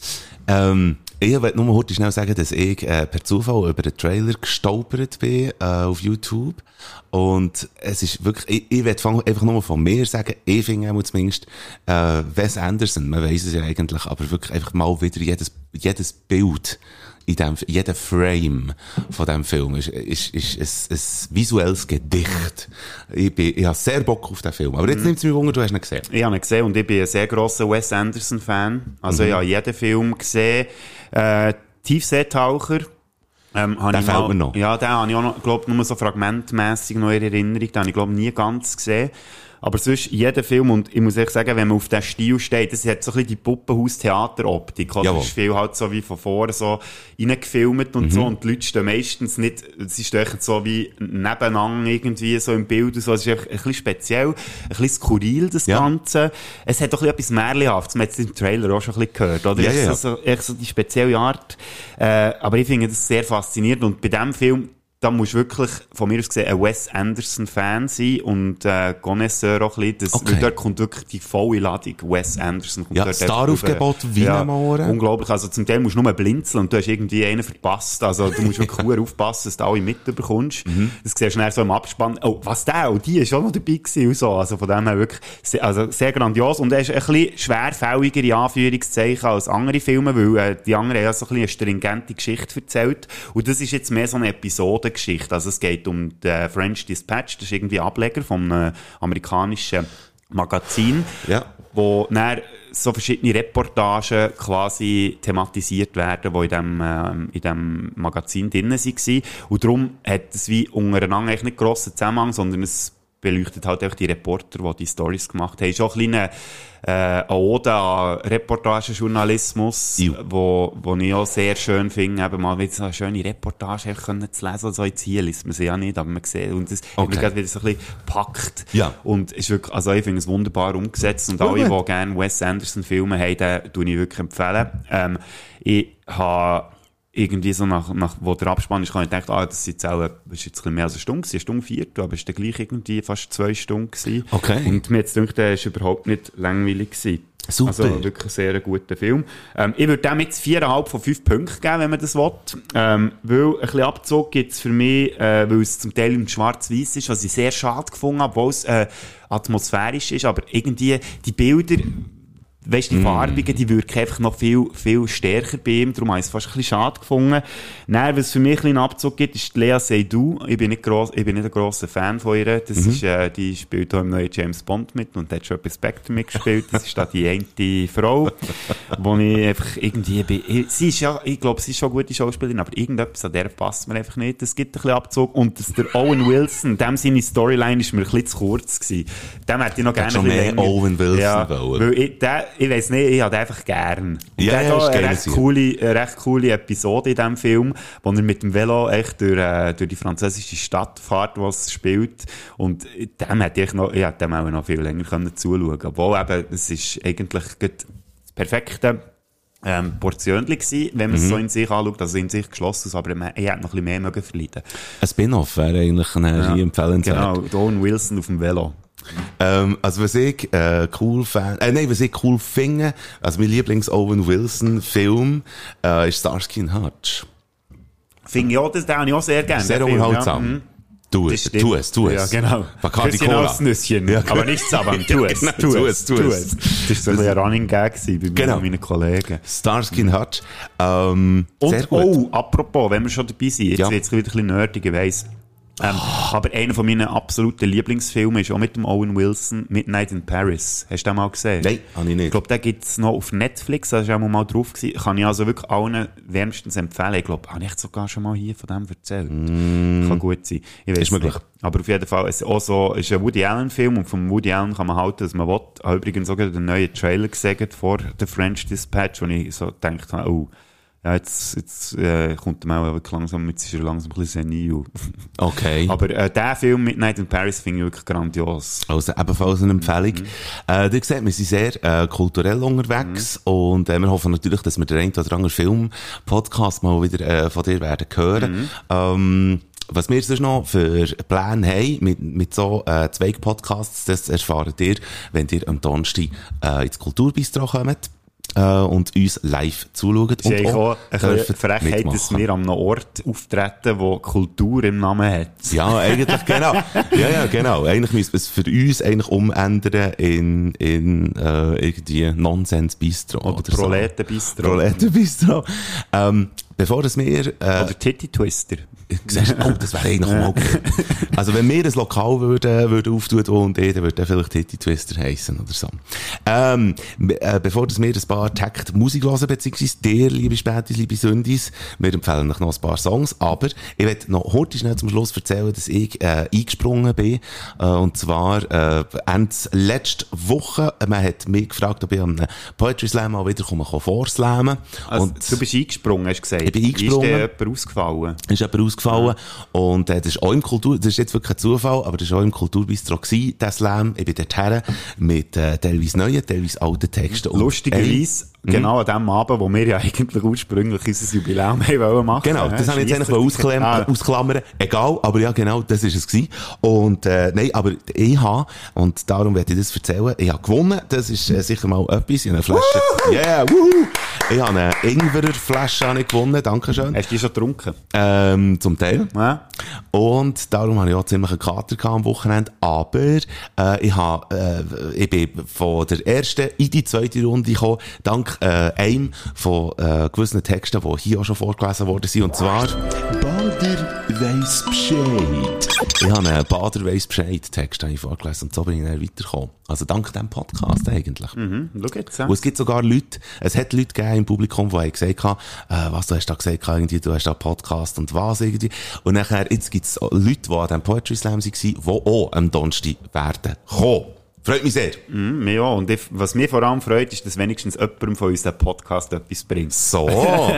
Ich wollte nur heute schnell sagen, dass ich per Zufall über den Trailer gestolpert bin auf YouTube. Und es ist wirklich, ich will einfach nur von mir sagen, ich finde auch zumindest Wes Anderson, man weiss es ja eigentlich, aber wirklich einfach mal wieder jedes Bild in dem, jeder Frame von diesem Film ist ein visuelles Gedicht. Ich habe sehr Bock auf den Film. Aber jetzt nimmt es mich Wunder, du hast ihn gesehen. Ich habe ihn gesehen und ich bin ein sehr grosser Wes Anderson-Fan. Also ich habe jeden Film gesehen. Tiefseetaucher. Der fällt mir noch. Ja, den habe ich auch noch, glaube nur so fragmentmässig noch in Erinnerung. Den habe ich, glaube nie ganz gesehen. Aber sonst jeder Film, und ich muss echt sagen, wenn man auf den Stil steht, das hat so ein bisschen die Puppenhaus-Theater-Optik. Das ist viel halt so wie von vorne so reingefilmt und so, und die Leute stehen meistens nicht, sie stehen so wie nebeneinander irgendwie so im Bild und so. Es ist einfach ein bisschen speziell, ein bisschen skurril, das Ganze. Es hat doch ein bisschen etwas Märchenhaftes, man hat es im Trailer auch schon ein bisschen gehört, oder? Ja. So die spezielle Art. Aber ich finde das sehr faszinierend, und bei diesem Film, da musst du wirklich, von mir aus gesehen, ein Wes Anderson-Fan sein und Connoisseur auch ein bisschen. Weil dort kommt wirklich die volle Ladung. Wes Anderson kommt dort. Staraufgebot wie am Ohren. Unglaublich. Also zum Teil musst du nur blinzeln und du hast irgendwie einen verpasst. Also du musst wirklich aufpassen, dass du alle mitbekommst. Das siehst du schnell so im Abspann. Oh, was der? Und die ist auch noch dabei gewesen und so. Also von dem her wirklich sehr grandios. Und er ist ein bisschen schwerfälliger, in Anführungszeichen, als andere Filme, weil die anderen haben ja so ein bisschen eine stringente Geschichte erzählt. Und das ist jetzt mehr so eine Episode Geschichte. Also es geht um den French Dispatch, das ist irgendwie Ableger vom amerikanischen Magazin, wo dann so verschiedene Reportagen quasi thematisiert werden, die in dem Magazin drin waren. Und darum hat es wie untereinander eigentlich nicht grossen Zusammenhang, sondern es beleuchtet halt auch die Reporter, die die Stories gemacht haben. Schon ein kleiner Ode an Reportagejournalismus, wo ich auch sehr schön finde, eben mal wieder so eine schöne Reportage einfach zu lesen. Also jetzt hier liest man sie ja nicht, aber man sieht, und das hat mich gerade wieder so ein bisschen gepackt. Ja. Und ist wirklich, also ich finde es wunderbar umgesetzt, und alle, die gerne Wes Anderson Filme haben, den tue ich wirklich empfehlen. Ich habe irgendwie so wo der Abspann ist, habe ich gedacht, das ist jetzt auch, ist jetzt ein bisschen mehr als eine Stunde 4, aber es war dann gleich irgendwie fast 2 Stunden gewesen. Okay. Und mir jetzt gedacht, der war überhaupt nicht langweilig gewesen. Super. Also wirklich ein sehr guter Film. Ich würde dem jetzt 4,5 von 5 Punkten geben, wenn man das will. Weil ein bisschen Abzug gibt es für mich, weil es zum Teil im Schwarz-Weiß ist, was ich sehr schade gefunden habe, obwohl es atmosphärisch ist, aber irgendwie die Bilder, weisst, die Farbigen, die wirken einfach noch viel, viel stärker bei ihm. Darum habe ich es fast ein bisschen schade gefunden. Nein, was es für mich ein bisschen Abzug gibt, ist Lea Seydoux. Ich bin nicht ein grosser Fan von ihr. Das ist, die spielt auch im neuen James Bond mit und hat schon bei Spectre mitgespielt. Das ist da die eine Frau, wo ich einfach irgendwie bin. Sie ist ja, ich glaube, sie ist schon eine gute Schauspielerin, aber irgendetwas an der passt mir einfach nicht. Es gibt ein bisschen Abzug. Und der Owen Wilson, dem seine Storyline ist mir ein bisschen zu kurz gewesen. Dem hätte ich noch gerne ein bisschen länger. Owen Wilson wollen. Weil ich weiss nicht, ich habe einfach gern. Und der hat eine recht coole Episode in diesem Film, wo er mit dem Velo echt durch die französische Stadt fährt, wo es spielt. Und dem hätte ich dem auch noch viel länger zuschauen können. Obwohl eben, es ist eigentlich das perfekte Portionchen gewesen, wenn man es so in sich anschaut, also in sich geschlossen, aber ich hätte noch ein bisschen mehr mögen verleiden. Ein Spin-off wäre eigentlich hier empfehlenswert. Genau, Owen Wilson auf dem Velo. Also was ich was ich cool finde, also mein Lieblings-Owen Wilson-Film ist Starsky & Hutch. Finde ich auch, den habe ich auch sehr gerne. Sehr unterhaltsam. Ja. Tu es. Ja, genau. Bacardi Cola. Nüsschen, ja, aber nichts aber tu es. Tu es. Das war so ein Running Gag bei meinen Kollegen. Starsky & Hutch. Und sehr gut. Apropos, wenn wir schon dabei sind, jetzt wird es wieder ein bisschen nerdig, ich weiss. Aber einer von meinen absoluten Lieblingsfilmen ist auch mit dem Owen Wilson, Midnight in Paris. Hast du den mal gesehen? Nein, habe ich nicht. Ich glaube, den gibt es noch auf Netflix, da ist auch mal drauf gewesen. Kann ich also wirklich allen wärmstens empfehlen. Ich glaube, habe ich sogar schon mal hier von dem erzählt. Kann gut sein. Ich weiss nicht. Aber auf jeden Fall, es ist auch so, ist ein Woody Allen Film, und vom Woody Allen kann man halten, was man will. Ich habe übrigens sogar den neuen Trailer gesehen vor The French Dispatch, wo ich so gedacht habe, ja, jetzt kommt er auch langsam, jetzt ist er langsam ein bisschen senil. Okay. Aber der Film Midnight in Paris finde ich wirklich grandios. Also ebenfalls eine Empfehlung. Ihr seht, wir sind sehr kulturell unterwegs, und wir hoffen natürlich, dass wir den einen oder anderen Film-Podcast mal wieder von dir werden hören. Was wir sonst noch für Pläne haben mit so zwei Podcasts, das erfahrt ihr, wenn ihr am Donnerstag ins Kulturbistro kommt. Und uns live zuschauen. Und auch eine Frechheit, dass wir an einem Ort auftreten, wo Kultur im Namen hat. Ja, eigentlich, genau. Ja, genau. Eigentlich müssen wir es für uns eigentlich umändern in irgendwie Nonsens-Bistro. Oder Proleten-Bistro. Proleten-Bistro. Bevor das wir... Oder Titty-Twister. Das wäre eigentlich mal okay. Also wenn wir ein Lokal würden auftun, und dann würde der vielleicht Titty-Twister heissen oder so. Bevor das wir ein paar Takt Musik hören, beziehungsweise dir, liebe Spätis, liebe Sündis, wir empfehlen euch noch ein paar Songs, aber ich möchte noch heute schnell zum Schluss erzählen, dass ich eingesprungen bin, und zwar Ende letzte Woche. Man hat mich gefragt, ob ich am Poetry Slam mal wieder vorslammen. Also, und du bist eingesprungen, hast du gesagt. Ich bin eingesprungen. Ist jemand ausgefallen? Ist jemand ausgefallen. Und das ist auch im das ist jetzt wirklich ein Zufall, aber das war auch im Kulturbistro gewesen, der Slam. Ich bin dorthin mit teilweise neuen, teilweise alten Texten. Lustigerweise, genau an dem Abend, wo wir ja eigentlich ursprünglich unser Jubiläum machen wollten. Genau, das habe ich jetzt eigentlich ausklammern. Egal, aber ja, genau, das ist es gewesen. Und nein, aber ich habe, und darum werde ich das erzählen, ich habe gewonnen. Das ist sicher mal etwas. Ich habe eine Flasche. Yeah, wuhu! Ich habe eine Ingwer-Flasche gewonnen, dankeschön. Hast du die schon getrunken? Zum Teil. Ja. Und darum habe ich auch ziemlich einen Kater am Wochenende. Aber ich bin von der ersten in die zweite Runde gekommen, dank einem von gewissen Texten, die hier auch schon vorgelesen worden sind. Und zwar Bader weiss Bescheid. Ich habe einen Bader weiss Bescheid-Text vorgelesen und so bin ich dann weitergekommen. Also dank diesem Podcast eigentlich. Schau jetzt, ja. Und es gibt sogar Leute, es hat Leute gegeben im Publikum, die haben gesagt haben, was du hast da gesagt, irgendwie, du hast da Podcast und was irgendwie. Und nachher, jetzt gibt es Leute, die an diesem Poetry Slam waren, die auch am Donnerstag werden kommen. Freut mich sehr. Ja, und was mich vor allem freut, ist, dass wenigstens jemandem von uns den Podcast etwas bringt. So.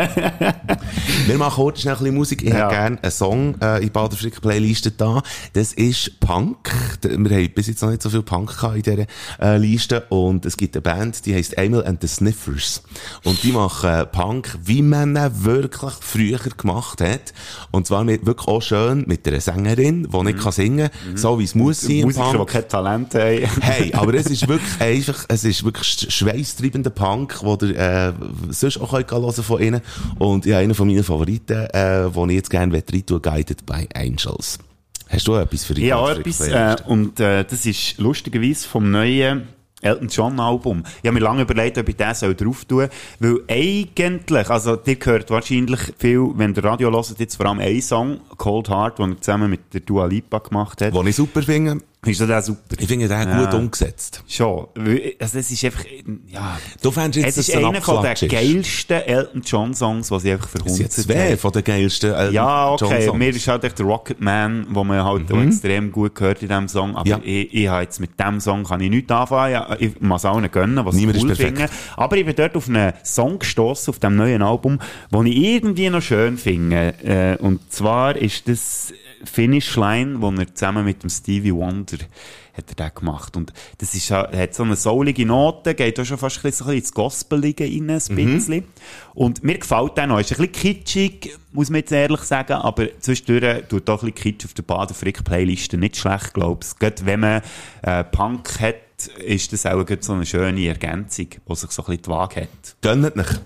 Wir machen heute schnell ein bisschen Musik. Ich hätte gerne einen Song in Bader Frick Playliste da. Das ist Punk. Wir haben bis jetzt noch nicht so viel Punk gehabt in dieser Liste. Und es gibt eine Band, die heisst Emil and the Sniffers. Und die machen Punk, wie man ihn wirklich früher gemacht hat. Und zwar wirklich auch schön mit einer Sängerin, die nicht singen kann, so wie es muss sein. Musiker, die kein Talent haben. Hey, aber es ist wirklich einfach, es ist wirklich schweisstreibender Punk, wo der sonst auch hören könnt von ihnen. Und ja, einer von meinen Favoriten, den ich jetzt gerne rein tun, Guided by Angels. Hast du etwas für dich? Ja, auch etwas, und das ist lustigerweise vom neuen Elton John Album. Ich habe mir lange überlegt, ob ich das drauf tun soll, weil eigentlich, also dir gehört wahrscheinlich viel, wenn der Radio hört, jetzt vor allem ein Song, Cold Heart, den er zusammen mit der Dua Lipa gemacht hat. Den ich super finde. Findest du den super? Ich finde den gut umgesetzt. Schon. Also es ist einfach, ja. Du fändest jetzt, es ist einer von den geilsten Elton John Songs, was ich einfach verhunzt habe. Es sind zwei von den geilsten Elton John Songs. Ja, okay. Mir ist halt echt der Rocket Man, wo man halt auch extrem gut gehört in diesem Song. Aber ich habe jetzt mit dem Song kann ich nichts anfangen. Ja, ich muss auch nicht gönnen, was ich cool finde. Aber ich bin dort auf einen Song gestossen, auf dem neuen Album, den ich irgendwie noch schön finde. Und zwar ist das Finish Line, wo er zusammen mit dem Stevie Wonder hat er den gemacht. Und das ist, hat so eine soulige Note, geht auch schon fast ein bisschen ins Gospelige rein, ein bisschen. Und mir gefällt der noch. Ist ein bisschen kitschig, muss man jetzt ehrlich sagen, aber zwischendurch tut auch ein bisschen Kitsch auf der Bader Frick Playliste nicht schlecht, glaube ich. Gerade wenn man Punk hat, ist das auch so eine schöne Ergänzung, die sich so ein bisschen die Waage hat. Gönnt nicht.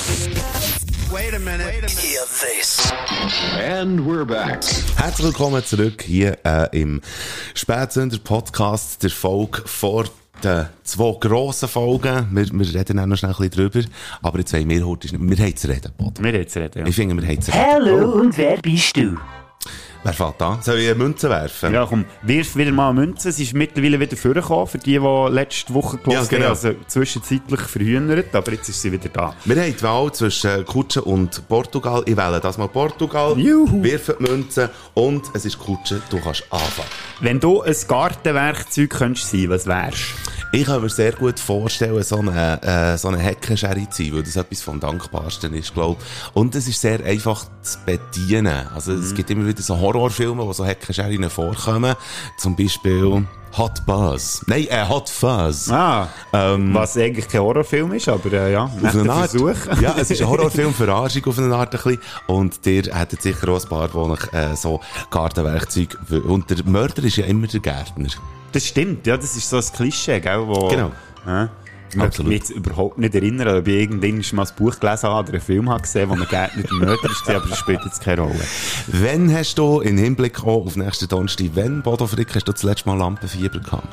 Wait a minute. Hear this. And we're back. Herzlich willkommen zurück hier im Spätsünder Podcast, der Folge vor den 2 grossen Folgen. Wir reden auch noch schnell ein bisschen drüber. Aber jetzt wollen wir heute, wir haben zu reden, Bodo. Wir haben zu reden, ja. Ich finde, wir haben zu reden. Hallo, und wer bist du? Wer fällt an? Soll ich eine Münze werfen? Ja, komm, wirf wieder mal eine Münze. Es ist mittlerweile wieder vorgekommen, für die letzte Woche gehört haben. Also zwischenzeitlich verhühnert, aber jetzt ist sie wieder da. Wir haben die Wahl zwischen Kutsche und Portugal. Ich wähle das mal Portugal. Juhu. Wirf die Münze und es ist Kutsche. Du kannst anfangen. Wenn du ein Gartenwerkzeug könntest sein, was wärst? Ich kann mir sehr gut vorstellen, so eine Heckenschere zu sein, weil das etwas vom Dankbarsten ist, glaube ich. Und es ist sehr einfach zu bedienen. Also, es gibt immer wieder so Horrorfilme, wo so Heckenscheren vorkommen. Zum Beispiel Hot Buzz. Nein, Hot Fuzz. Was eigentlich kein Horrorfilm ist, aber ja, auf eine Art. Versuch. Ja, es ist ein Horrorfilm für Arschung auf eine Art ein bisschen. Und ihr hättet sicher auch ein paar, die euch so Gartenwerkzeug... Und der Mörder ist ja immer der Gärtner. Das stimmt, ja, das ist so ein Klischee, gell, wo... Genau. Ich kann mich jetzt überhaupt nicht erinnern, ob ich irgendwann mal ein Buch gelesen habe oder einen Film habe gesehen, wo man Gärtner der Mörder war, aber das spielt jetzt keine Rolle. Wann hast du, in Hinblick auch auf nächsten Donnerstag, wenn, Bodo Frick, hast du das letzte Mal Lampenfieber gehabt?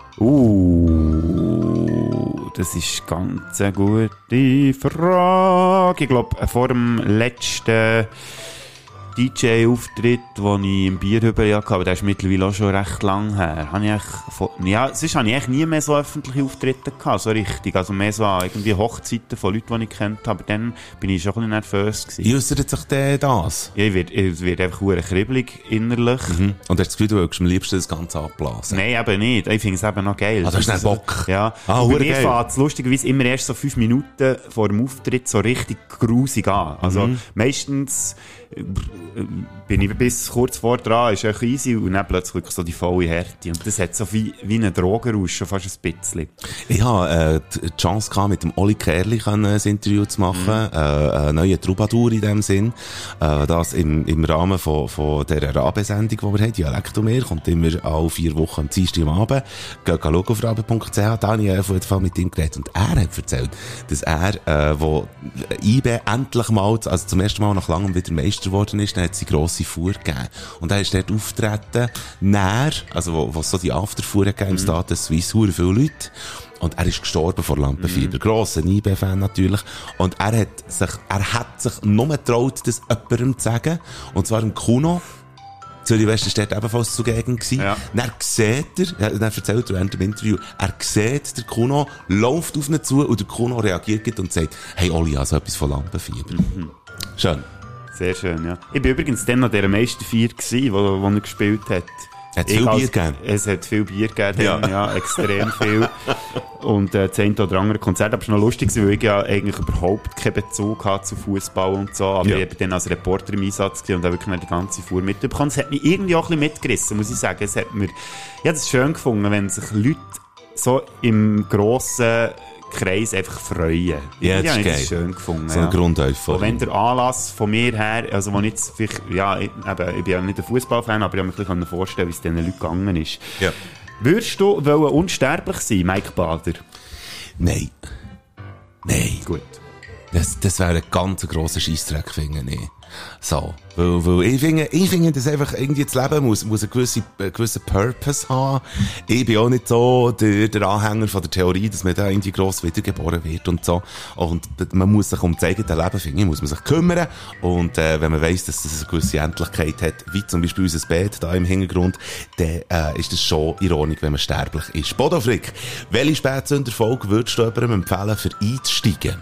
Das ist ganz eine gute Frage. Ich glaube, vor dem letzten DJ-Auftritt, den ich im Bierhübel hatte, aber der ist mittlerweile auch schon recht lang her. Sonst habe ich eigentlich nie mehr so öffentliche Auftritte gehabt, so richtig. Also mehr so irgendwie Hochzeiten von Leuten, die ich kennt habe. Aber dann bin ich schon ein bisschen nervös gewesen. Wie äußert sich denn das? Ja, ich werde einfach verdammt kribbelig innerlich. Und hast du das Gefühl, du würdest am liebsten das Ganze abblasen? Nein, eben nicht. Ich finde es eben noch geil. Also hast du nicht Bock? Ja. Bei mir fängt es lustigerweise immer erst so 5 Minuten vor dem Auftritt so richtig grusig an. Also meistens bin ich bis kurz vor dran, ist echt easy und dann plötzlich wirklich so die volle Härte. Und das hat so wie einen Drogenrausch, schon fast ein bisschen. Ich hatte die Chance gehabt, mit dem Oli Kerli ein Interview zu machen, einen neuen Troubadour in dem Sinn. Das im Rahmen von der Rabe-Sendung, die wir haben, Dialekt und mehr, kommt immer alle 4 Wochen am Dienstag am Abend. Geht schauen auf rabe.ch, da habe ich auf jeden Fall mit ihm geredet. Und er hat erzählt, dass er, wo IB endlich mal, also zum ersten Mal nach langem wieder Meister geworden ist, dann hat sie grosse Fuhr gegeben. Und er ist dort auftreten, näher, also wo so die Afterfuhr gegeben im Status Suisse, viele Leute. Und er ist gestorben vor Lampenfieber. Grosser IB-Fan natürlich. Und er hat sich nur getraut, das jemandem zu sagen. Und zwar im Kuno. Zürich West ist dort ebenfalls zugegen gewesen. Ja. Dann sieht er, dann erzählt er während dem Interview, er sieht, der Kuno läuft auf ihn zu und der Kuno reagiert und sagt, hey Oli, also etwas von Lampenfieber. Schön. Sehr schön, ja. Ich war übrigens dann an dieser Meisterfeier gewesen, wo er gespielt hat. Hat es viel Bier gegeben? Es hat viel Bier gegeben, ja extrem viel. Und das eine oder andere Konzert, aber es war noch lustig, weil ich ja eigentlich überhaupt keinen Bezug hatte zu Fußball und so, aber ich war dann als Reporter im Einsatz und habe wirklich die ganze Fuhr mitbekommen. Es hat mich irgendwie auch ein bisschen mitgerissen, muss ich sagen. Ich habe es schön gefunden, wenn sich Leute so im grossen Kreis einfach freuen. Ja, das ist geil. Das schön gefunden. So ein Grundeuphorie. Und wenn der Anlass von mir her, also wo jetzt vielleicht, ich bin ja nicht ein Fußballfan, aber ich habe mir ein bisschen vorstellen, wie es diesen Leuten gegangen ist. Ja. Würdest du unsterblich sein, Mike Bader? Nein. Gut. Das wäre ein ganz grosser Scheissdreck, finde ich. So. Weil ich finde, dass einfach irgendwie das Leben muss einen gewissen Purpose haben. Ich bin auch nicht so der Anhänger von der Theorie, dass man da irgendwie gross wiedergeboren wird und so. Und man muss sich um das eigene Leben, finde ich, muss man sich kümmern. Und, wenn man weiss, dass das eine gewisse Endlichkeit hat, wie zum Beispiel unser Bett da im Hintergrund, dann, ist das schon ironisch, wenn man sterblich ist. Bodo Frick, welche Spätsünderfolge würdest du jemandem empfehlen, für einzusteigen?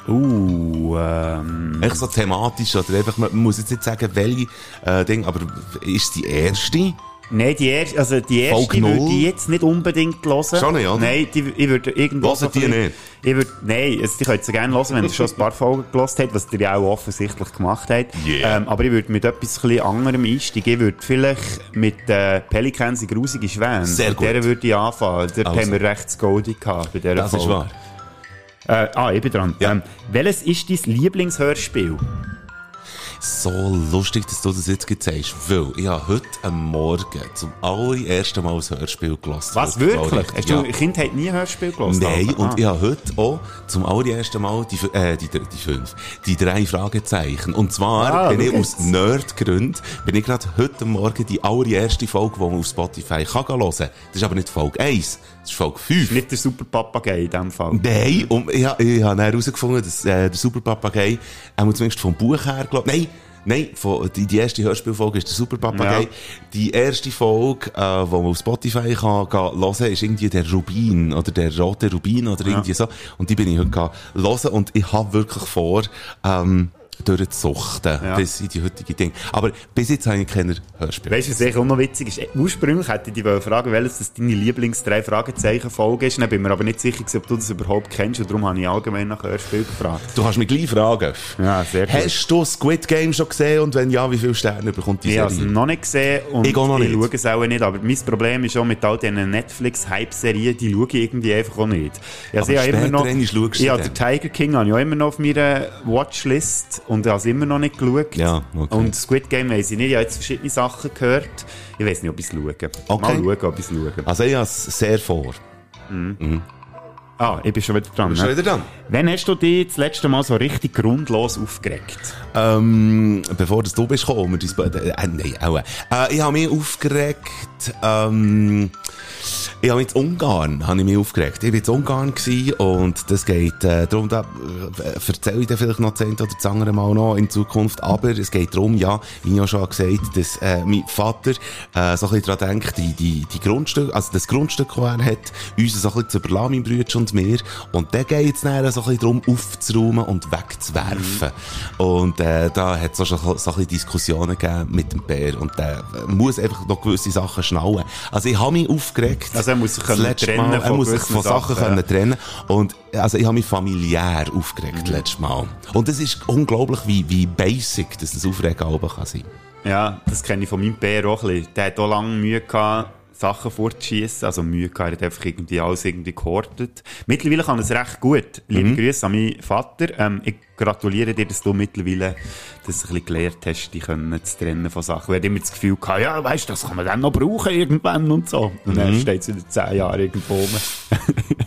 Echt so thematisch, oder einfach, man muss jetzt nicht sagen, welche Ding, aber ist die erste? Nein, die erste würde ich jetzt nicht unbedingt hören. Schon nicht, oder? Nein, ich würde irgendwo... Hören die nicht? Die könnt sie gerne hören, wenn ihr schon ein paar Folgen gehört habt, was ihr ja auch offensichtlich gemacht habt. Yeah. Aber ich würde mit etwas ein bisschen anderem einsteigen. Ich würde vielleicht mit Pelicans in grusige Schwäne. Sehr gut. Mit der würde ich anfangen. Dort haben wir recht das Goldie gehabt bei dieser Folge. Das ist wahr. Ich bin dran. Ja. Welches ist dein Lieblingshörspiel? So lustig, dass du das jetzt sagst, weil ich habe heute am Morgen zum allerersten Mal ein Hörspiel gehört. Was, wirklich? Hast du Kindheit nie ein Hörspiel gehört? Nein, und ich habe heute auch zum allerersten Mal die 3 Fragezeichen. Und zwar bin ich aus Nerdgründen, gerade heute Morgen die allererste Folge, die man auf Spotify kann hören. Das ist aber nicht Folge 1, das ist Folge 5. Nicht der Superpapagei in diesem Fall. Nein, und ich habe dann herausgefunden, dass der Superpapagei, zumindest vom Buch her, Nein, die erste Hörspielfolge ist der Superpapagei. Ja. Die erste Folge, die man auf Spotify kann hören, ist irgendwie der Rubin, oder der rote Rubin, oder irgendwie so. Und die bin ich heute hören, und ich habe wirklich vor, durchzusuchten, bis in die heutige Dinge. Aber bis jetzt habe ich keine Hörspiele. Weißt du, was echt auch noch witzig ist? Ursprünglich hätte ich dich fragen, welches das deine Lieblings-3-Fragezeichen-Folge ist. Dann bin mir aber nicht sicher, ob du das überhaupt kennst, und darum habe ich allgemein nach Hörspiel gefragt. Du kannst mich gleich fragen. Ja, sehr gut. Hast du Squid Game schon gesehen, und wenn ja, wie viele Sterne bekommt die Serie? Ich habe es noch nicht gesehen, und ich schaue es auch nicht. Aber mein Problem ist auch mit all diesen Netflix-Hype-Serien, die schaue ich irgendwie einfach auch nicht. Aber später schaust du den Tiger King habe ich auch immer noch auf meiner Watchlist. Und ich habe es immer noch nicht geschaut. Ja, okay. Und Squid Game weiss ich nicht. Ich habe jetzt verschiedene Sachen gehört. Ich weiss nicht, ob ich es schaue. Okay. Mal schauen, ob ich es schaue. Also ich habe es sehr vor. Ich bin schon wieder dran. Bist schon wieder dran? Wann hast du dich das letzte Mal so richtig grundlos aufgeregt? Bevor du bist gekommen, ich habe mich aufgeregt, ich habe mich in Ungarn aufgeregt. Ich war in Ungarn gewesen, und das geht darum, da erzähle ich dir vielleicht noch das eine oder das andere Mal noch in Zukunft, aber es geht darum, ja, wie ich auch schon gesagt habe, dass mein Vater so ein bisschen daran denkt, die Grundstücke, also das Grundstück, das er hat, uns so ein bisschen zu überlassen, mein Bruder und mir, und dann geht es dann so ein bisschen darum, aufzuräumen und wegzuwerfen. Und da hat es auch schon so ein bisschen Diskussionen gegeben mit dem Bär, und der muss einfach noch gewisse Sachen schnallen. Also ich habe mich aufgeregt. Also er muss sich von Sachen können trennen. Und also ich habe mich familiär aufgeregt letztes Mal. Und es ist unglaublich, wie basic das Aufregen auch kann sein. Ja, das kenne ich von meinem Bär auch ein bisschen. Der hat auch lange Mühe gehabt, Sachen fortzuschiessen. Also Mühe gehabt, er hat einfach irgendwie alles irgendwie gehortet. Mittlerweile kann er es recht gut. Liebe Grüße an meinen Vater. Ich gratuliere dir, dass du mittlerweile das ein bisschen gelernt hast, die können zu trennen von Sachen. Er hat immer das Gefühl gehabt, ja, weißt du, das kann man dann noch brauchen irgendwann und so. Und dann steht es wieder 10 Jahre irgendwo rum.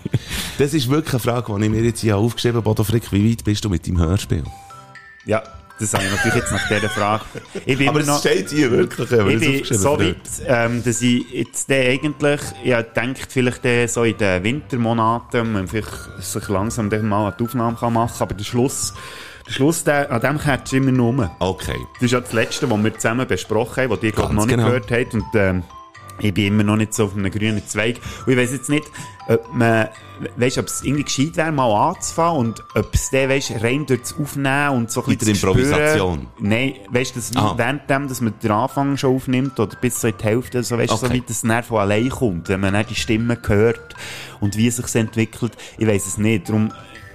Das ist wirklich eine Frage, die ich mir jetzt hier aufgeschrieben habe. Bodo Frick, wie weit bist du mit deinem Hörspiel? Ja, Das habe ich natürlich jetzt nach dieser Frage. Aber es steht hier wirklich. Ich bin so weit, dass ich jetzt eigentlich, denke vielleicht so in den Wintermonaten, man vielleicht sich langsam mal die Aufnahme machen kann, aber der Schluss, an dem kennst du immer nur um. Okay. Das ist ja das Letzte, was wir zusammen besprochen haben, was ihr, glaube ich, noch nicht gehört habt. Und ich bin immer noch nicht so auf einem grünen Zweig. Und ich weiss jetzt nicht, ob es irgendwie gescheit wäre, mal anzufangen und ob es dann, rein durchs Aufnehmen und so ein bisschen Improvisation. Nein, weißt du, währenddem, dass man den Anfang schon aufnimmt oder bis so in die Hälfte, so, weißt, so wie das Nerv von allein kommt, wenn man dann die Stimme hört und wie es sich entwickelt. Ich weiss es nicht. Darum,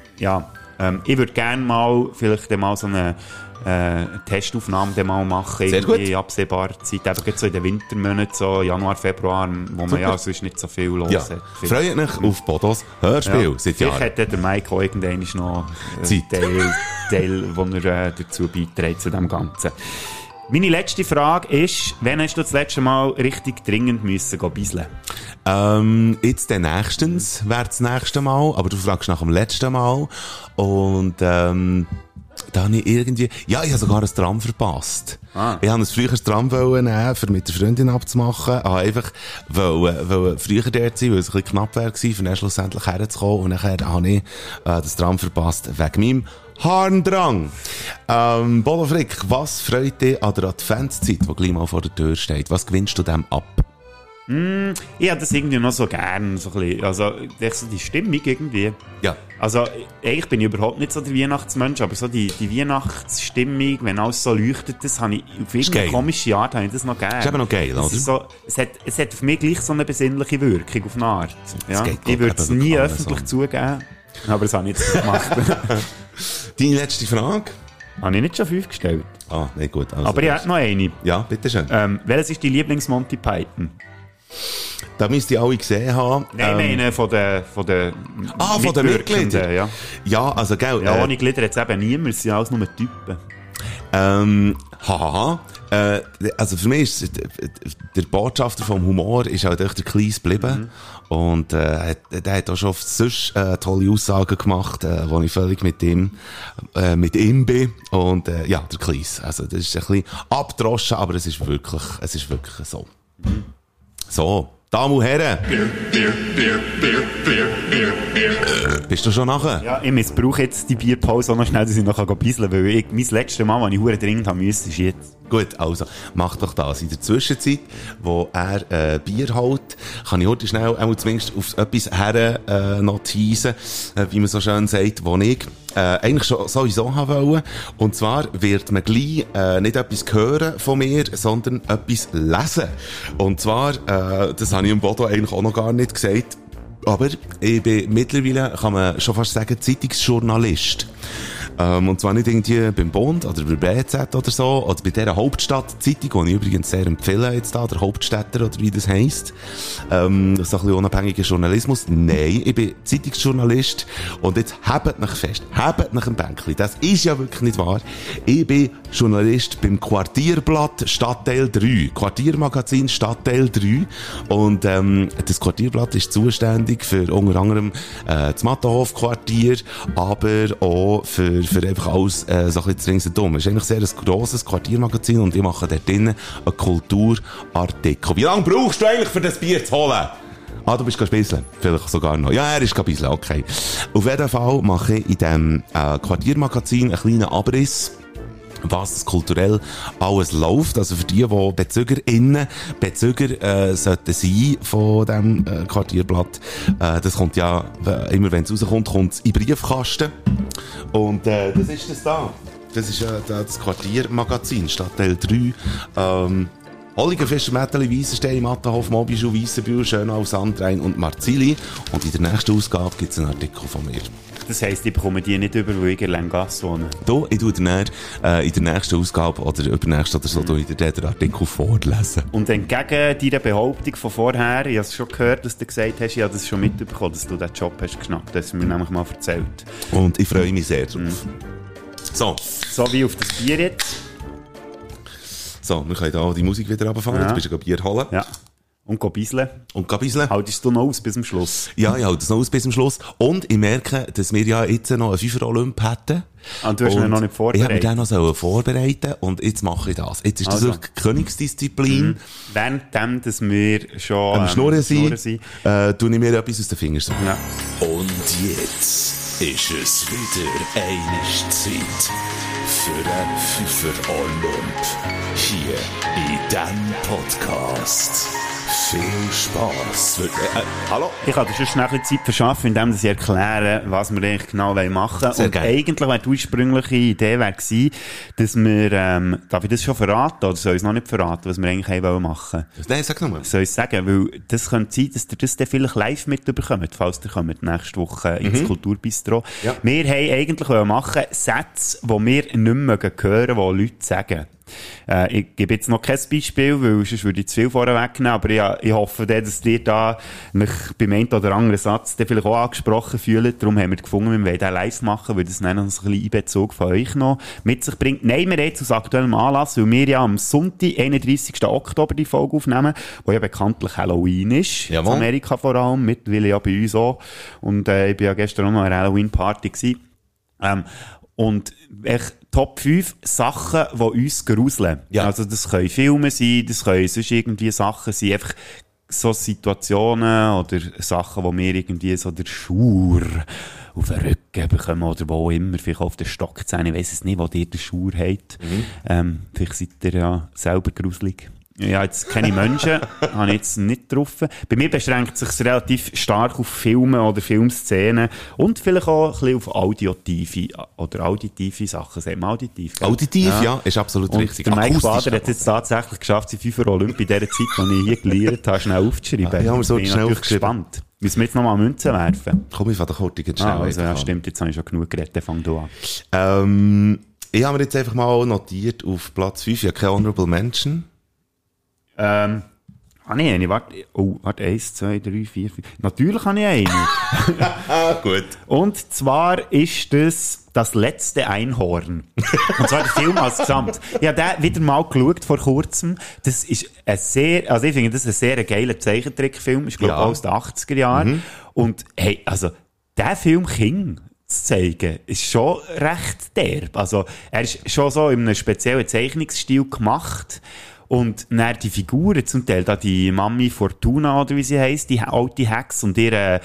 ich würde gerne mal vielleicht mal so eine Testaufnahme mal machen, irgendwie in absehbarer Zeit, eben so in den Wintermonaten, so Januar, Februar, wo man ja sonst nicht so viel los hat. Freut mich auf Bodos Hörspiel seit Jahren. Vielleicht hat der Mike auch irgendwann noch Teil, wo er dazu beiträgt zu dem Ganzen. Meine letzte Frage ist, wann hast du das letzte Mal richtig dringend müssen bisseln? Jetzt der nächstens wäre das nächste Mal, aber du fragst nach dem letzten Mal. Und da habe ich irgendwie... Ja, ich habe sogar ein Tram verpasst. Ich habe ein früheres Tram nehmen, um mit der Freundin abzumachen. Ich wollte einfach früher dort sein, weil es ein bisschen knapp wäre, um dann schlussendlich herzukommen. Und nachher habe ich das Tram verpasst wegen meinem Harndrang. Bodo Frick, was freut dich an der Adventszeit, die gleich mal vor der Tür steht? Was gewinnst du dem ab? Ich habe das irgendwie noch so gern, so ein bisschen, also so die Stimmung irgendwie. Ja. Also eigentlich bin ich überhaupt nicht so der Weihnachtsmensch, aber so die Weihnachtsstimmung, wenn alles so leuchtet, das habe ich auf irgendeine komische Art habe ich das noch gern. Das ist eben noch geil, oder? So, es hat für mich gleich so eine besinnliche Wirkung auf eine Art. Ja? Ich würde es nie öffentlich zugeben, aber das habe ich jetzt gemacht. Deine letzte Frage? Habe ich nicht schon 5 gestellt? Nein, gut. Also aber ich habe noch eine. Ja, bitteschön. Welches ist dein Lieblings-Monty Python? Da müsst ihr alle gesehen haben. Nein, ich meine von den Mitgliedern. Ja, also, gell. Ja, ohne Glieder hat es eben niemand, es sind alles nur Typen. Also für mich ist der Botschafter vom Humor ist halt echt der Kleis geblieben. Und der hat auch schon sonst tolle Aussagen gemacht, wo ich völlig mit ihm bin. Und der Kleis. Also das ist ein bisschen abgedroschen, aber es ist wirklich so. So, Damen und Herren. Bist du schon nachher? Ja, ich missbrauche jetzt die Bierpause auch noch schnell, dass ich noch bisseln kann, weil mein letztes Mal, als ich verdammt dringend haben musste, ist jetzt. Gut, also, mach doch das. In der Zwischenzeit, wo er Bier holt, kann ich heute schnell zumindest auf etwas her noch teasen, wie man so schön sagt, wo ich eigentlich schon sowieso haben wollen. Und zwar wird man gleich nicht etwas hören von mir, sondern etwas lesen. Und zwar, das habe ich im Bodo eigentlich auch noch gar nicht gesagt, aber ich bin mittlerweile, kann man schon fast sagen, Zeitungsjournalist. Und zwar nicht irgendwie beim Bund oder bei BZ oder so, oder bei dieser Hauptstadtzeitung, die ich übrigens sehr empfehle jetzt da, der Hauptstädter oder wie das heisst. So ein bisschen unabhängiger Journalismus. Nein, ich bin Zeitungsjournalist und jetzt hebt mich fest, hebt mich ein Bänkchen. Das ist ja wirklich nicht wahr. Ich bin Journalist beim Quartierblatt Stadtteil 3. Quartiermagazin Stadtteil 3. Und das Quartierblatt ist zuständig für unter anderem das Mattenhof-Quartier, aber auch für einfach alles so ein bisschen zu ringsherum. Es ist eigentlich sehr ein grosses Quartiermagazin und ich mache dort drinnen einen Kulturartikel. Wie lange brauchst du eigentlich, für das Bier zu holen? Du bist gebisseln. Vielleicht sogar noch. Ja, er ist gebisseln, okay. Auf jeden Fall mache ich in diesem Quartiermagazin einen kleinen Abriss, was kulturell alles läuft. Also für die Bezüger sollten sein von diesem Quartierblatt. Das kommt ja, immer wenn es rauskommt, kommt es in den Briefkasten. Und das ist das da. Das ist das Quartiermagazin, Stadtteil 3. Holligen, Fischer, Mätteli, Weissenstein, Mattenhof, Mobischau, Weissenbühl, Schönau, Sandrein und Marzili. Und in der nächsten Ausgabe gibt es einen Artikel von mir. Das heisst, ich bekomme die nicht über, weil ich in Lengasse wohne? Ich tue dir in der nächsten Ausgabe oder übernächsten oder so den Artikel vorlesen. Und entgegen deiner Behauptung von vorher, ich habe es schon gehört, dass du gesagt hast, ich habe das schon mitbekommen, dass du diesen Job hast geschnappt. Das hast du mir nämlich mal erzählt. Und ich freue mich sehr drauf. So wie auf das Bier jetzt. So, wir können hier die Musik wieder runterfahren. Jetzt bist du Bier holen. Ja. Und go bisseln. Haltest du noch aus bis zum Schluss? Ja, ich halte es noch aus bis zum Schluss. Und ich merke, dass wir ja jetzt noch einen 5er-Olymp hätten. Und du hast ihn noch nicht vorbereitet? Ich habe mich dann noch vorbereiten und jetzt mache ich das. Jetzt ist das wirklich Königsdisziplin. Währenddem, dass wir schon am Schnurren sind, tue ich mir etwas aus den Fingern so. Ja. Und jetzt ist es wieder eine Zeit für einen 5er-Olymp. Hier in diesem Podcast. Viel Spass. Hallo? Ich kann dir schon schnell Zeit verschaffen, indem ich erkläre, was wir eigentlich genau machen wollen. Sehr und geil. Eigentlich wäre die ursprüngliche Idee gewesen, dass wir, darf ich das schon verraten, oder soll ich es noch nicht verraten, was wir eigentlich machen wollen? Nein, sag nochmal. Soll ich es sagen? Weil das könnte sein, dass ihr das dann vielleicht live mitbekommt, falls ihr kommt nächste Woche ins Kulturbistro. Ja. Wir haben eigentlich machen Sätze, die wir nicht mehr hören, die Leute sagen. Ich gebe jetzt noch kein Beispiel, weil sonst würde ich zu viel vorher wegnehmen, aber ich hoffe, dass ihr da mich beim einen oder anderen Satz vielleicht auch angesprochen fühlt. Darum haben wir gefunden, wir wollen den live machen, weil das dann noch ein bisschen Einbezug von euch noch mit sich bringt. Nein, wir jetzt aus aktuellem Anlass, weil wir ja am Sonntag, 31. Oktober die Folge aufnehmen, wo ja bekanntlich Halloween ist. In Amerika vor allem, mittlerweile ja bei uns auch. Und ich bin ja gestern auch noch an einer Halloween-Party gewesen. Und echt Top 5 Sachen, die uns gruseln. Ja. Also das können Filme sein, das können sonst irgendwie Sachen sein, einfach so Situationen oder Sachen, wo wir irgendwie so der Schur auf den Rücken bekommen oder wo immer, vielleicht auf den Stockzähnen, ich weiss es nicht, wo ihr den Schur habt. Vielleicht seid ihr ja selber gruselig. Ja, jetzt keine Menschen, habe ich jetzt nicht getroffen. Bei mir beschränkt es sich relativ stark auf Filme oder Filmszenen und vielleicht auch ein bisschen auf auditive Sachen. Sagt man auditiv? Gell? Auditiv, ja, ist absolut und richtig. Der Mike Bader hat jetzt tatsächlich geschafft, sie 5er Olymp in dieser Zeit, die ich hier gelernt habe, schnell aufzuschreiben. Ja, so bin schnell natürlich gespannt. Müssen wir jetzt nochmal Münzen werfen? Komm, ich fahre doch heute schnell. Also, ja, stimmt, jetzt habe ich schon genug geredet, fang du an. Ich habe mir jetzt einfach mal notiert auf Platz 5, ja, keine Honorable Mention. Warte, 1, 2, 3, 4, 5. Natürlich habe ich eine. Gut. Und zwar ist das letzte Einhorn. Und zwar der Film als Gesamt. Ich habe den wieder mal geschaut vor kurzem. Das ist ich finde das ein sehr geiler Zeichentrickfilm. Ich glaube, aus den 80er Jahren. Und hey, also, der Film King zu zeigen, ist schon recht derb. Also, er ist schon so in einem speziellen Zeichnungsstil gemacht. Und dann die Figuren zum Teil, da die Mami Fortuna oder wie sie heisst, die alte Hex und ihre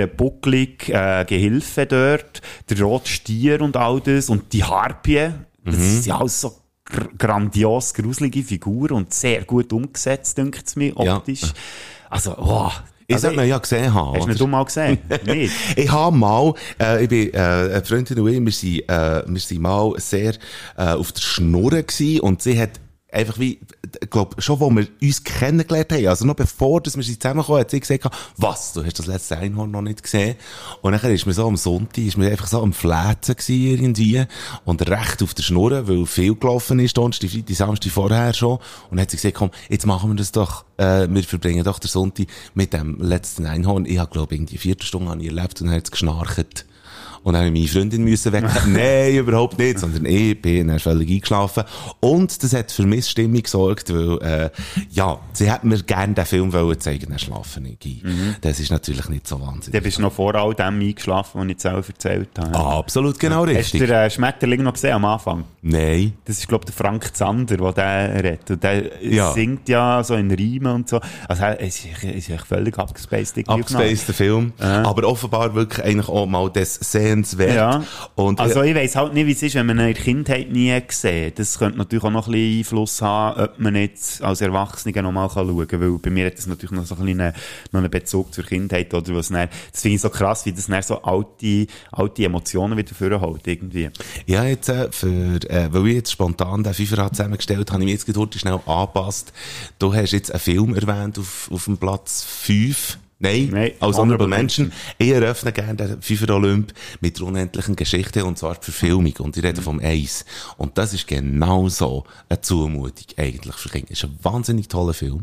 bucklige Gehilfe dort, der rote Stier und all das und die Harpie, das ist ja alles so grandios gruselige Figuren und sehr gut umgesetzt, denke ich mir, optisch. Ja. Also, wow. Ich sollte ihn ja gesehen haben. Hast du nicht mal gesehen? Nicht? Ich habe mal, ich bin, eine Freundin und ich, wir sind mal sehr, auf der Schnur gewesen und sie hat einfach wie, ich glaube, schon wo wir uns kennengelernt haben, also noch bevor dass wir zusammengekommen, hat sie gesagt, was, du hast das letzte Einhorn noch nicht gesehen? Und dann ist mir so am Sonntag, ist mir einfach so am Flätzen gewesen irgendwie und recht auf der Schnur, weil viel gelaufen ist, Donnerstag, Freitag, Samstag vorher schon. Und dann hat sie gesagt, komm, jetzt machen wir das doch, wir verbringen doch den Sonntag mit dem letzten Einhorn. Ich habe, glaube irgendwie 4 Stunden habe ich erlebt und dann hat es geschnarcht. Und dann habe ich meine Freundin wecken. Nein, überhaupt nicht, sondern ich bin dann völlig eingeschlafen. Und das hat für Missstimmung gesorgt, weil, sie hätten mir gerne den Film zeigen, dann schlafen ich ein. Das ist natürlich nicht so wahnsinnig. Du bist noch vor all dem eingeschlafen, was ich jetzt selber erzählt habe. Absolut, genau richtig. Hast du den Schmetterling noch gesehen am Anfang? Nein. Das ist, glaube ich, der Frank Zander, der den redet. Und der singt ja so in Reimen und so. Also, es ist echt völlig abgespaced. Abgespaced, der Film. Aber offenbar wirklich eigentlich auch mal das sehenswert. Ja. Und, also ich weiss halt nicht, wie es ist, wenn man in der Kindheit nie gesehen. Das könnte natürlich auch noch ein bisschen Einfluss haben, ob man jetzt als Erwachsener noch mal schauen kann. Weil bei mir hat das natürlich noch so ein bisschen einen Bezug zur Kindheit. Oder was dann, das finde ich so krass, wie das dann so alte Emotionen wieder vorholt, irgendwie. Ja, jetzt, weil ich jetzt spontan den 5er zusammengestellt habe, ich mich jetzt gerade schnell angepasst. Du hast jetzt einen Film erwähnt auf dem Platz 5. Nein, als Honorable Mention. Ich eröffne gerne den 5er Olymp mit der unendlichen Geschichte, und zwar die Verfilmung. Und ich rede vom Eis. Und das ist genau so eine Zumutung eigentlich für Kinder. Es ist ein wahnsinnig toller Film,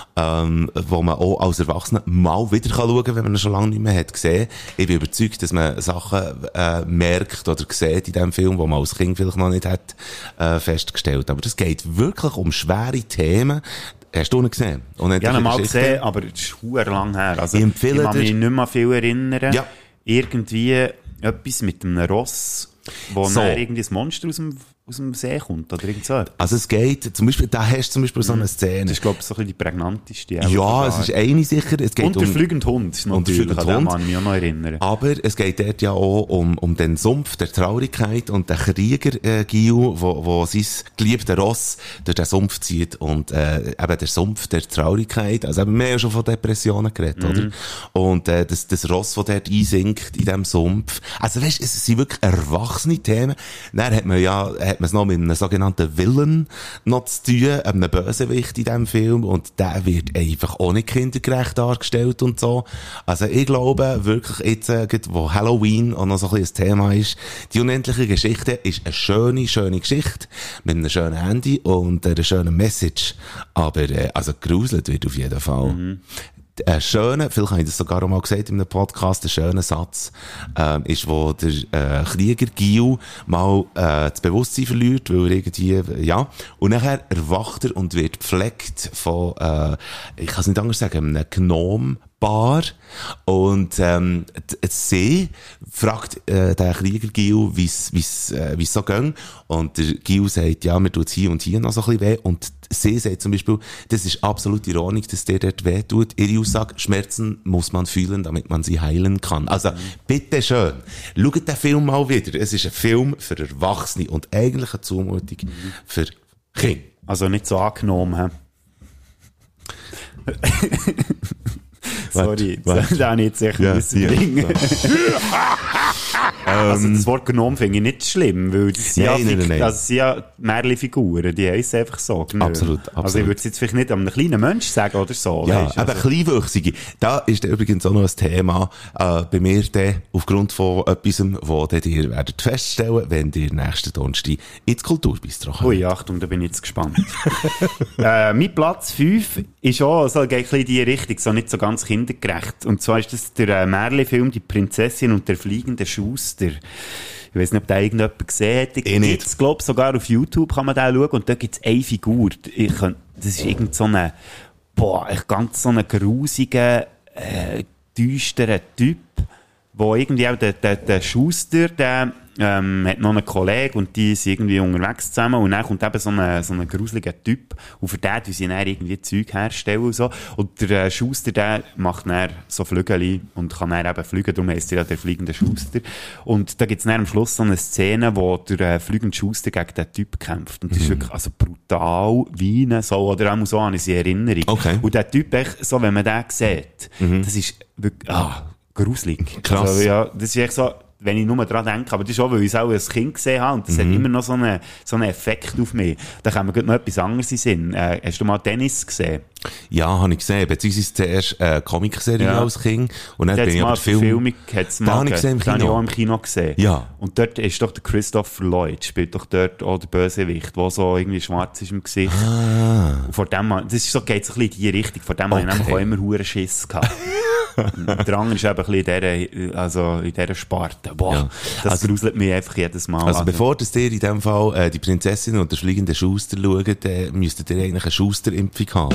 wo man auch als Erwachsener mal wieder schauen kann, wenn man ihn schon lange nicht mehr hat gesehen. Ich bin überzeugt, dass man Sachen merkt oder sieht in diesem Film, die man als Kind vielleicht noch nicht hat festgestellt. Aber es geht wirklich um schwere Themen. Hast du ihn gesehen? Ich habe ihn mal gesehen, aber es ist verdammt lang her. Also, ich kann mich nicht mehr viel erinnern. Ja. Irgendwie etwas mit einem Ross, wo dann irgendwie ein Monster aus dem See kommt, oder irgend so. Also es geht, zum Beispiel, da hast du zum Beispiel so eine Szene. Das ist, glaube ich, so ein bisschen die prägnanteste. Ja, es ist eine sicher. Es geht und der fliegende Hund ist natürlich, an den kann ich mich auch noch erinnern. Aber es geht dort ja auch um den Sumpf der Traurigkeit und den Krieger Gil, wo sein geliebter Ross durch den Sumpf zieht und eben der Sumpf der Traurigkeit, also eben, wir haben ja schon von Depressionen geredet, oder? Und das Ross, das dort einsinkt in diesem Sumpf, also weißt, es sind wirklich erwachsene Themen. Dann hat man es noch mit einem sogenannten Villain noch zu tun, einem Bösewicht in diesem Film, und der wird einfach auch nicht kindergerecht dargestellt und so. Also ich glaube wirklich jetzt, wo Halloween auch noch so ein bisschen ein Thema ist, die unendliche Geschichte ist eine schöne Geschichte mit einem schönen Ende und einer schönen Message, aber also gruselt wird auf jeden Fall. Ein schöner, vielleicht habe ich das sogar auch mal gesagt in einem Podcast, ein schöner Satz, ist, wo der Krieger Gil mal das Bewusstsein verliert, weil er irgendwie, ja, und nachher erwacht er und wird gepflegt von, ich kann es nicht anders sagen, einem Gnom-Bar. Und sie fragt der Krieger Gil, wie es so ging. Und der Gil sagt, ja, mir tut hier und hier noch so ein bisschen weh. Und sie sagt zum Beispiel, das ist absolut ironisch, dass der dort weh tut. Ihre Aussage, Schmerzen muss man fühlen, damit man sie heilen kann. Also, bitteschön, schaut den Film mal wieder. Es ist ein Film für Erwachsene und eigentlich eine Zumutung für Kinder. Also nicht so angenommen, Sorry, das habe ich jetzt echt müssen bringen. Also das Wort genommen finde ich nicht schlimm, weil das sind ja Märchenfiguren, die heissen einfach so. Absolut. Also ich würde es jetzt vielleicht nicht einem kleinen Menschen sagen oder so. Ja, weißt, aber Kleinwüchsige. Da ist übrigens auch noch ein Thema bei mir aufgrund von etwas, wo ihr werdet feststellen, wenn ihr nächsten Donnerstag ins Kulturbistro kommt. Ui, Achtung, da bin ich jetzt gespannt. Mein Platz 5 ist auch so, geht ein bisschen in die Richtung, so nicht so ganz kindergerecht. Und zwar ist das der Märchenfilm «Die Prinzessin und der fliegende Schuster». Ich weiss nicht, ob da irgendjemand gesehen hat. Ich glaube, sogar auf YouTube kann man den schauen. Und da gibt es eine Figur. Das ist irgend so eine, ganz so einen grusigen, düsteren Typ, wo irgendwie auch der Schuster, der hat noch einen Kollegen und die sind irgendwie unterwegs zusammen und dann kommt eben so ein gruseliger Typ und für den sie dann irgendwie Zeug herstellen und so. Und der Schuster, der macht dann so Flügel und kann dann eben fliegen, darum heisst er ja der fliegende Schuster. Und da gibt es dann am Schluss so eine Szene, wo der fliegende Schuster gegen den Typ kämpft und das ist wirklich also brutal, weinen, so, oder auch so an unsere Erinnerung. Okay. Und der Typ, echt, so, wenn man den sieht, das ist wirklich, gruselig. Krass. Also, ja, das ist echt so, wenn ich nur daran denke, aber das ist auch, weil ich es auch als Kind gesehen habe und das hat immer noch so einen Effekt auf mich. Da kann man noch etwas anderes in Sinn. Hast du mal Tennis gesehen? Ja, habe ich gesehen, beziehungsweise zuerst Comicserie als Kind und dann bin ich aber Filmung da habe ich gesehen im Kino. habe ich auch im Kino gesehen. Ja. Und dort ist doch der Christopher Lloyd, spielt doch dort auch der Bösewicht, der so irgendwie schwarz ist im Gesicht. Und vor dem, das ist so, geht so ein bisschen in die Richtung, vor dem habe ich nämlich auch immer huere Schiss gehabt. Der andere ist eben ein bisschen in dieser Sparte. Boah, das gruselt mich einfach jedes Mal. Also bevor ihr in dem Fall die Prinzessin und der fliegende Schuster schaut, müsstet ihr eigentlich eine Schusterimpfung haben.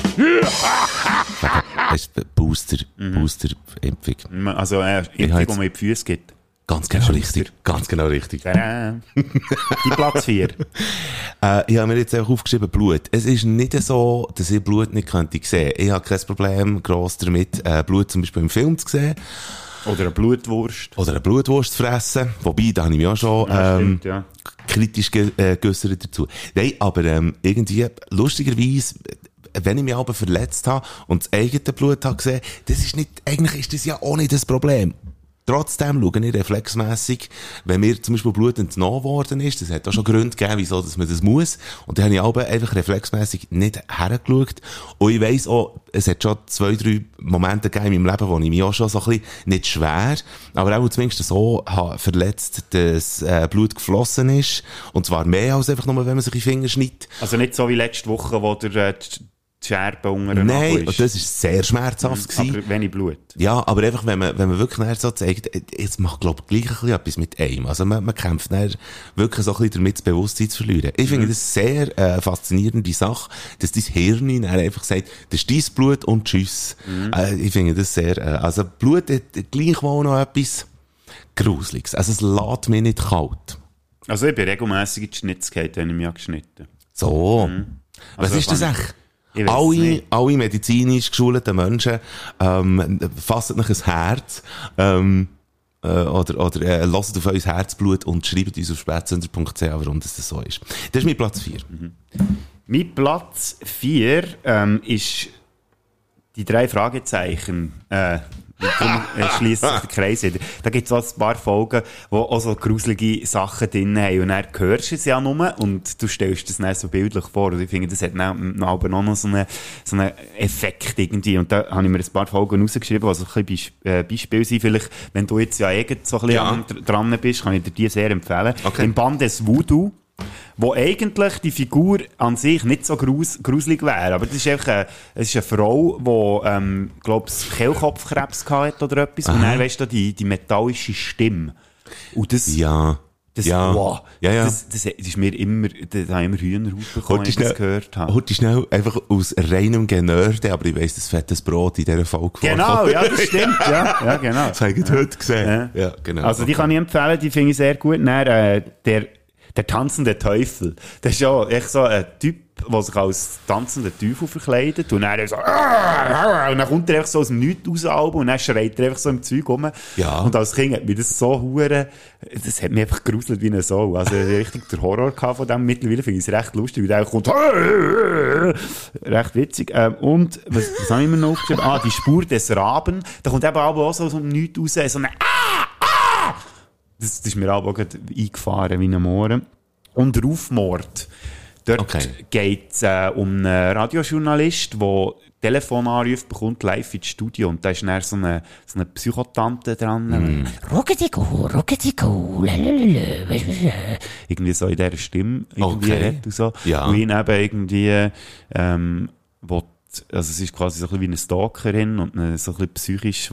Das ist Booster-Impfung. Also Impfung, die man in die Füße gibt. Ganz genau richtig. Ganz genau richtig. Die Platz 4. Ich habe mir jetzt einfach aufgeschrieben, Blut. Es ist nicht so, dass ich Blut nicht könnte sehen. Ich habe kein Problem gross damit, Blut zum Beispiel im Film zu sehen. Oder eine Blutwurst. Oder eine Blutwurst zu fressen. Wobei, da habe ich mich auch schon kritisch geäussert dazu. Nein, aber irgendwie, lustigerweise, wenn ich mich aber verletzt habe und das eigene Blut habe gesehen, eigentlich ist das ja auch nicht das Problem. Trotzdem schaue ich reflexmässig, wenn mir zum Beispiel Blut entnommen worden ist, das hat auch schon Gründe gegeben, wieso dass man das muss, und dann habe ich aber einfach reflexmässig nicht hergeschaut. Und ich weiss auch, es hat schon 2-3 Momente gegeben in meinem Leben, wo ich mich auch schon so ein bisschen, nicht schwer, aber auch zumindest so verletzt, dass Blut geflossen ist, und zwar mehr als einfach nur, wenn man sich in die Finger schneidet. Also nicht so wie letzte Woche, wo der Scherben unter dem Nein, ist. und das war sehr schmerzhaft gewesen. Aber wenig Blut. Ja, aber einfach, wenn man wirklich nachher so zeigt, jetzt macht, glaub ich, gleich ein bisschen etwas mit einem. Also man kämpft nachher wirklich so ein bisschen damit, das Bewusstsein zu verlieren. Ich finde das sehr faszinierende Sache, dass dein Hirn dann einfach sagt, das ist dein Blut und tschüss. Ich finde das sehr, also Blut hat gleichwohl noch etwas Gruseliges. Also es lässt mich nicht kalt. Also ich bin regelmässig in die Schnitzkette, wenn ich mich geschnitten. So. Also was ist das echt? Ich weiss nicht. Alle medizinisch geschulten Menschen fassen nach ein Herz oder hört auf euer Herzblut und schreibt uns auf spätsünder.ch, warum das so ist. Das ist mein Platz 4. Mein Platz 4 ist die 3 Fragezeichen. Darum schließt sich der Kreis wieder. Da gibt es auch ein paar Folgen, die auch so gruselige Sachen drin haben. Und dann hörst du es ja nur und du stellst das dann so bildlich vor. Und ich finde, das hat dann auch noch so einen Effekt irgendwie. Und da habe ich mir ein paar Folgen rausgeschrieben, die so ein bisschen Beispiel sind. Vielleicht, wenn du jetzt ja so ein bisschen dran bist, kann ich dir die sehr empfehlen. Okay. Im Band des Voodoo, wo eigentlich die Figur an sich nicht so gruselig wäre. Aber das ist einfach eine Frau, die, Kehlkopfkrebs hatte oder etwas. Aha. Und dann, weißt du, die metallische Stimme. Und das... Ja. Wow. Das ist mir immer, da habe ich immer Hühnerhaut bekommen, wenn ich das gehört habe. Heute schnell, einfach aus reinem Genörde, aber ich weiss, das fettes Brot in dieser Folge Genau, ja, das stimmt, ja, genau. Das habe ich heute gesehen. Ja, genau. Also, die kann ich empfehlen, die finde ich sehr gut. Dann, der tanzende Teufel. Das ist ja echt so ein Typ, der sich als tanzender Teufel verkleidet und dann so, und dann kommt er einfach so aus dem Nichts raus und dann schreit er einfach so im Zeug rum. Ja. Und als Kind hat mich das so hure, das hat mich einfach gruselt wie eine Sau. Also richtig der Horror von dem. Mittlerweile finde ich es recht lustig, weil der kommt, recht witzig. Und, was habe ich mir noch aufgeschrieben? Die Spur des Raben. Da kommt eben auch so im Nichts raus, so eine Das ist mir auch eingefahren wie ein Mohren. Und Rufmord. Dort geht es um einen Radiojournalist, der Telefon anruft, bekommt live ins Studio. Und da ist dann so eine Psychotante dran. Rucketico, irgendwie so in dieser Stimme. Und so. Ja. Und ihn eben irgendwie, also es ist quasi so ein bisschen wie eine Stalkerin und so ein bisschen psychisch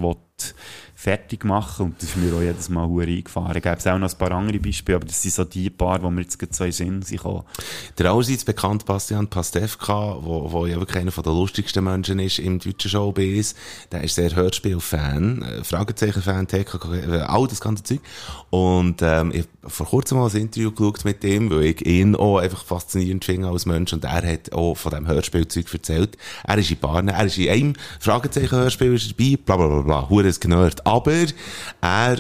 fertig machen. Und das ist mir auch jedes Mal eingefahren. Es gäbe auch noch ein paar andere Beispiele, aber das sind so die paar, die mir jetzt so in den Sinn sind. Der allseits bekannte Bastian Pastewka, wo ja wirklich einer der lustigsten Menschen ist im deutschen Showbiz, der ist sehr Hörspiel-Fan, Fragezeichen-Fan, TKKG, all das ganze Zeug. Und ich habe vor kurzem mal ein Interview geschaut mit ihm, weil ich ihn auch einfach faszinierend finde als Mensch. Und er hat auch von diesem Hörspielzeug erzählt. Er ist in einem Fragezeichen-Hörspiel dabei, bla bla bla bla, Hures genörd. Aber er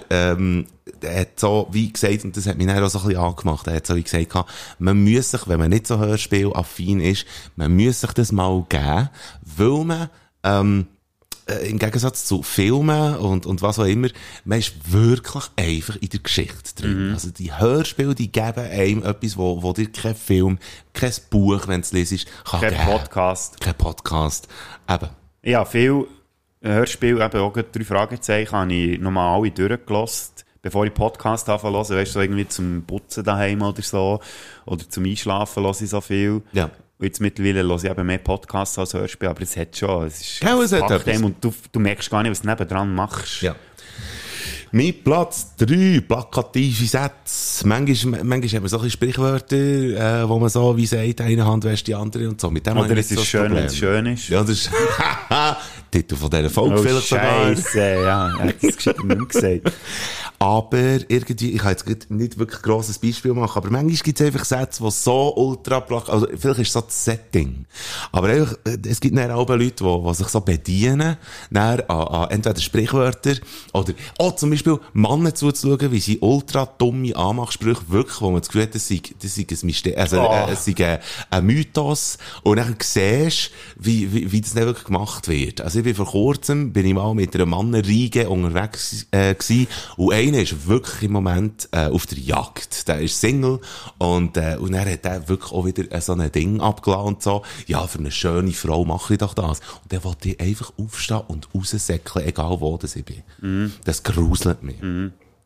hat so wie gesagt, und das hat mich dann auch so ein bisschen angemacht, er hat so wie gesagt, man muss sich, wenn man nicht so hörspielaffin ist, man muss sich das mal geben, weil man im Gegensatz zu Filmen und was auch immer, man ist wirklich einfach in der Geschichte drin. Also die Hörspiele, die geben einem etwas, wo dir kein Film, kein Buch, wenn du es liest, kann geben. Kein Podcast. Eben. Ja, viel Hörspiel, eben auch 3 Fragezeichen, habe ich nochmal alle durchgelassen, bevor ich Podcast anfange zu hören, weißt du, so irgendwie zum Putzen daheim oder so, oder zum Einschlafen höre ich so viel. Ja. Und jetzt mittlerweile höre ich eben mehr Podcasts als Hörspiel, aber es hat schon, es ist, es hat etwas. Und du merkst gar nicht, was du nebendran machst. Ja. Mein Platz 3, plakative Sätze. Manchmal hat man so ein bisschen Sprichwörter, wo man so wie sagt, eine Hand wäscht die andere und so. Mit dem oder es ist schön, wenn es schön ist. Ja, das ist Titel von dieser Folge vielleicht sogar. Scheisse, ja. Er hat das nicht mehr gesagt. Aber irgendwie, ich kann jetzt nicht wirklich grosses Beispiel machen, aber manchmal gibt es einfach Sätze, die so ultra also vielleicht ist so das Setting. Aber einfach, es gibt dann auch Leute, die sich so bedienen, dann an entweder Sprichwörter oder, zum Beispiel Männer zuzuschauen, wie sie ultra dumme Anmachsprüche wirklich, wo man das Gefühl hat, das sei ein Mysterium, es sei ein Mythos. Und dann siehst du, wie das nicht wirklich gemacht wird. Also ich bin vor kurzem, mal mit einer Mannenriege unterwegs, gewesen, und einer ist wirklich im Moment auf der Jagd. Der ist Single und er hat er wirklich auch wieder so ein Ding abgelassen und so. Ja, für eine schöne Frau mache ich doch das. Und dann wollte ich einfach aufstehen und raussäckeln, egal wo das ich bin. Das gruselt mich.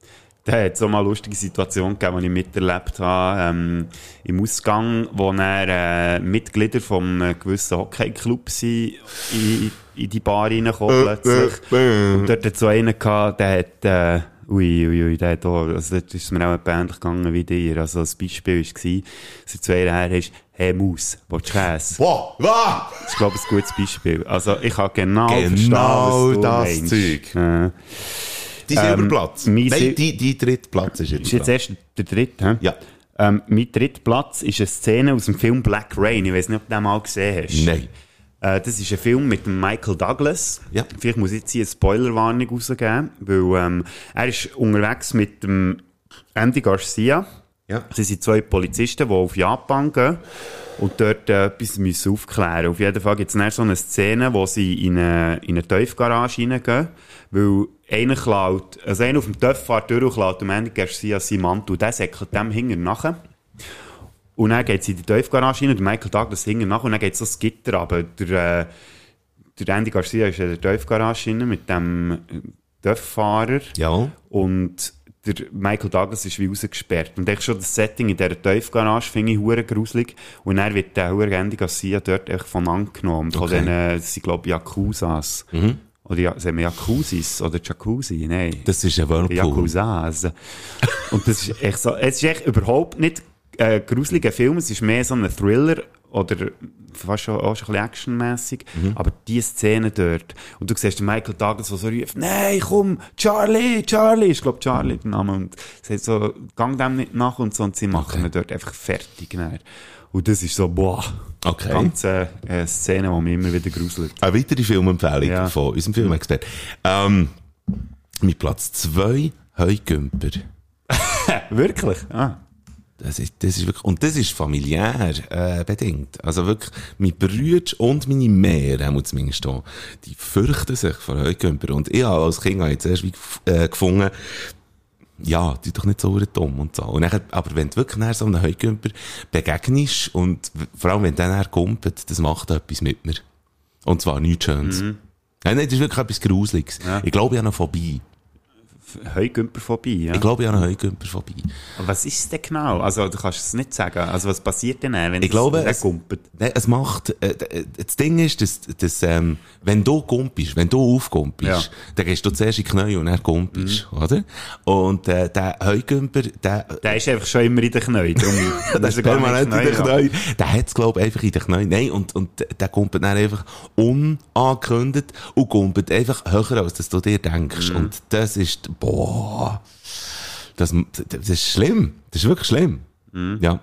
Da hat es auch mal eine lustige Situation gegeben, die ich miterlebt habe, im Ausgang, wo dann Mitglieder von einem gewissen Hockeyclub sind, in die Bar reingekommen plötzlich. Und dort hat so einen gehabt, der hat, der hat auch, also dort ist es mir auch ähnlich gegangen wie dir. Also das Beispiel war, dass er zu ihr her ist, hey Maus, willst du Käse? Wow! Das ist, glaube ich, ein gutes Beispiel. Also ich habe genau verstanden, was du das meinst. Zeug. Dein Silberplatz. Nein, dein dritter Platz ist jetzt. Ist jetzt erst der dritte, hä? Ja. Mein dritter Platz ist eine Szene aus dem Film Black Rain. Ich weiß nicht, ob du den mal gesehen hast. Nein. Das ist ein Film mit dem Michael Douglas. Ja. Vielleicht muss ich jetzt hier eine Spoilerwarnung rausgeben, weil er ist unterwegs mit dem Andy Garcia. Ja. Sie sind 2 Polizisten, die auf Japan gehen und dort etwas müssen aufklären. Auf jeden Fall gibt es dann so eine Szene, wo sie in eine Tiefgarage reingehen, weil einer klaut, also einer auf dem TÜV fährt durch und klaut dem Andy Garcia seinen Mantel, der säckelt dem hinten nachher. Und dann geht sie in die Tiefgarage rein und Michael Douglas hinten nach und dann geht so das Gitter runter. Der Andy Garcia ist in der Tiefgarage rein mit dem TÜV-Fahrer. Ja. Und der Michael Douglas ist wie rausgesperrt. Und echt schon das Setting in dieser Tiefgarage finde ich verdammt gruselig. Und dann wird der Andy Garcia dort echt von angenommen. Von Okay. diesen, das sind glaube ich Yakuzas. Oder ja, sagen wir Jacuzzis oder Jacuzzi? Nein. Das ist ein Whirlpool. Yakuzas. Und das ist echt so, es ist echt überhaupt nicht gruseliger Film, es ist mehr so ein Thriller oder fast schon, auch schon ein bisschen actionmässig, aber die Szene dort, und du siehst den Michael Douglas, der so ruft, nein, komm, Charlie, ich glaube Charlie, der Name, und sie sagt so, gang dem nicht nach und so, und sie machen ihn dort einfach fertig. Dann. Und das ist so, boah, ganz eine Szene, die mich immer wieder gruselt. Eine weitere Filmempfehlung von unserem Filmexperten. Mit Platz 2, Heugümper. Wirklich? Ah. Das ist wirklich, und das ist familiär bedingt. Also wirklich, meine Brüder und meine Mehr, haben wir zumindest da, die fürchten sich vor Heugümper. Und ich habe als Kind jetzt erst gefunden, ja, die ist doch nicht so dumm und so. Und dann, aber wenn du wirklich nachher so einem Heugümper begegnest und vor allem wenn der nachher kumpelt, das macht etwas mit mir. Und zwar nichts Schönes. Nein, das ist wirklich etwas Gruseliges. Ja. Ich glaube, ich habe eine Phobie. Heugümperphobie, ja? Ich glaube, ich habe eine Heugümperphobie. Aber was ist es denn genau? Also, du kannst es nicht sagen. Also, was passiert denn, wenn es kumpelt? Es macht, das Ding ist, dass wenn du kumpelst, wenn du aufkumpelst, dann gehst du zuerst in die Knie und dann kumpelst, oder? Und, der Heugümper, der ist einfach schon immer in den Knien. Der ist gar nicht in den Knien. Der hat es, glaube ich, einfach in den Knien. Nein, und der kumpelt dann einfach unangekündigt und kumpelt einfach höher, als dass du dir denkst. Und das ist, boah, das ist schlimm. Das ist wirklich schlimm. Ja.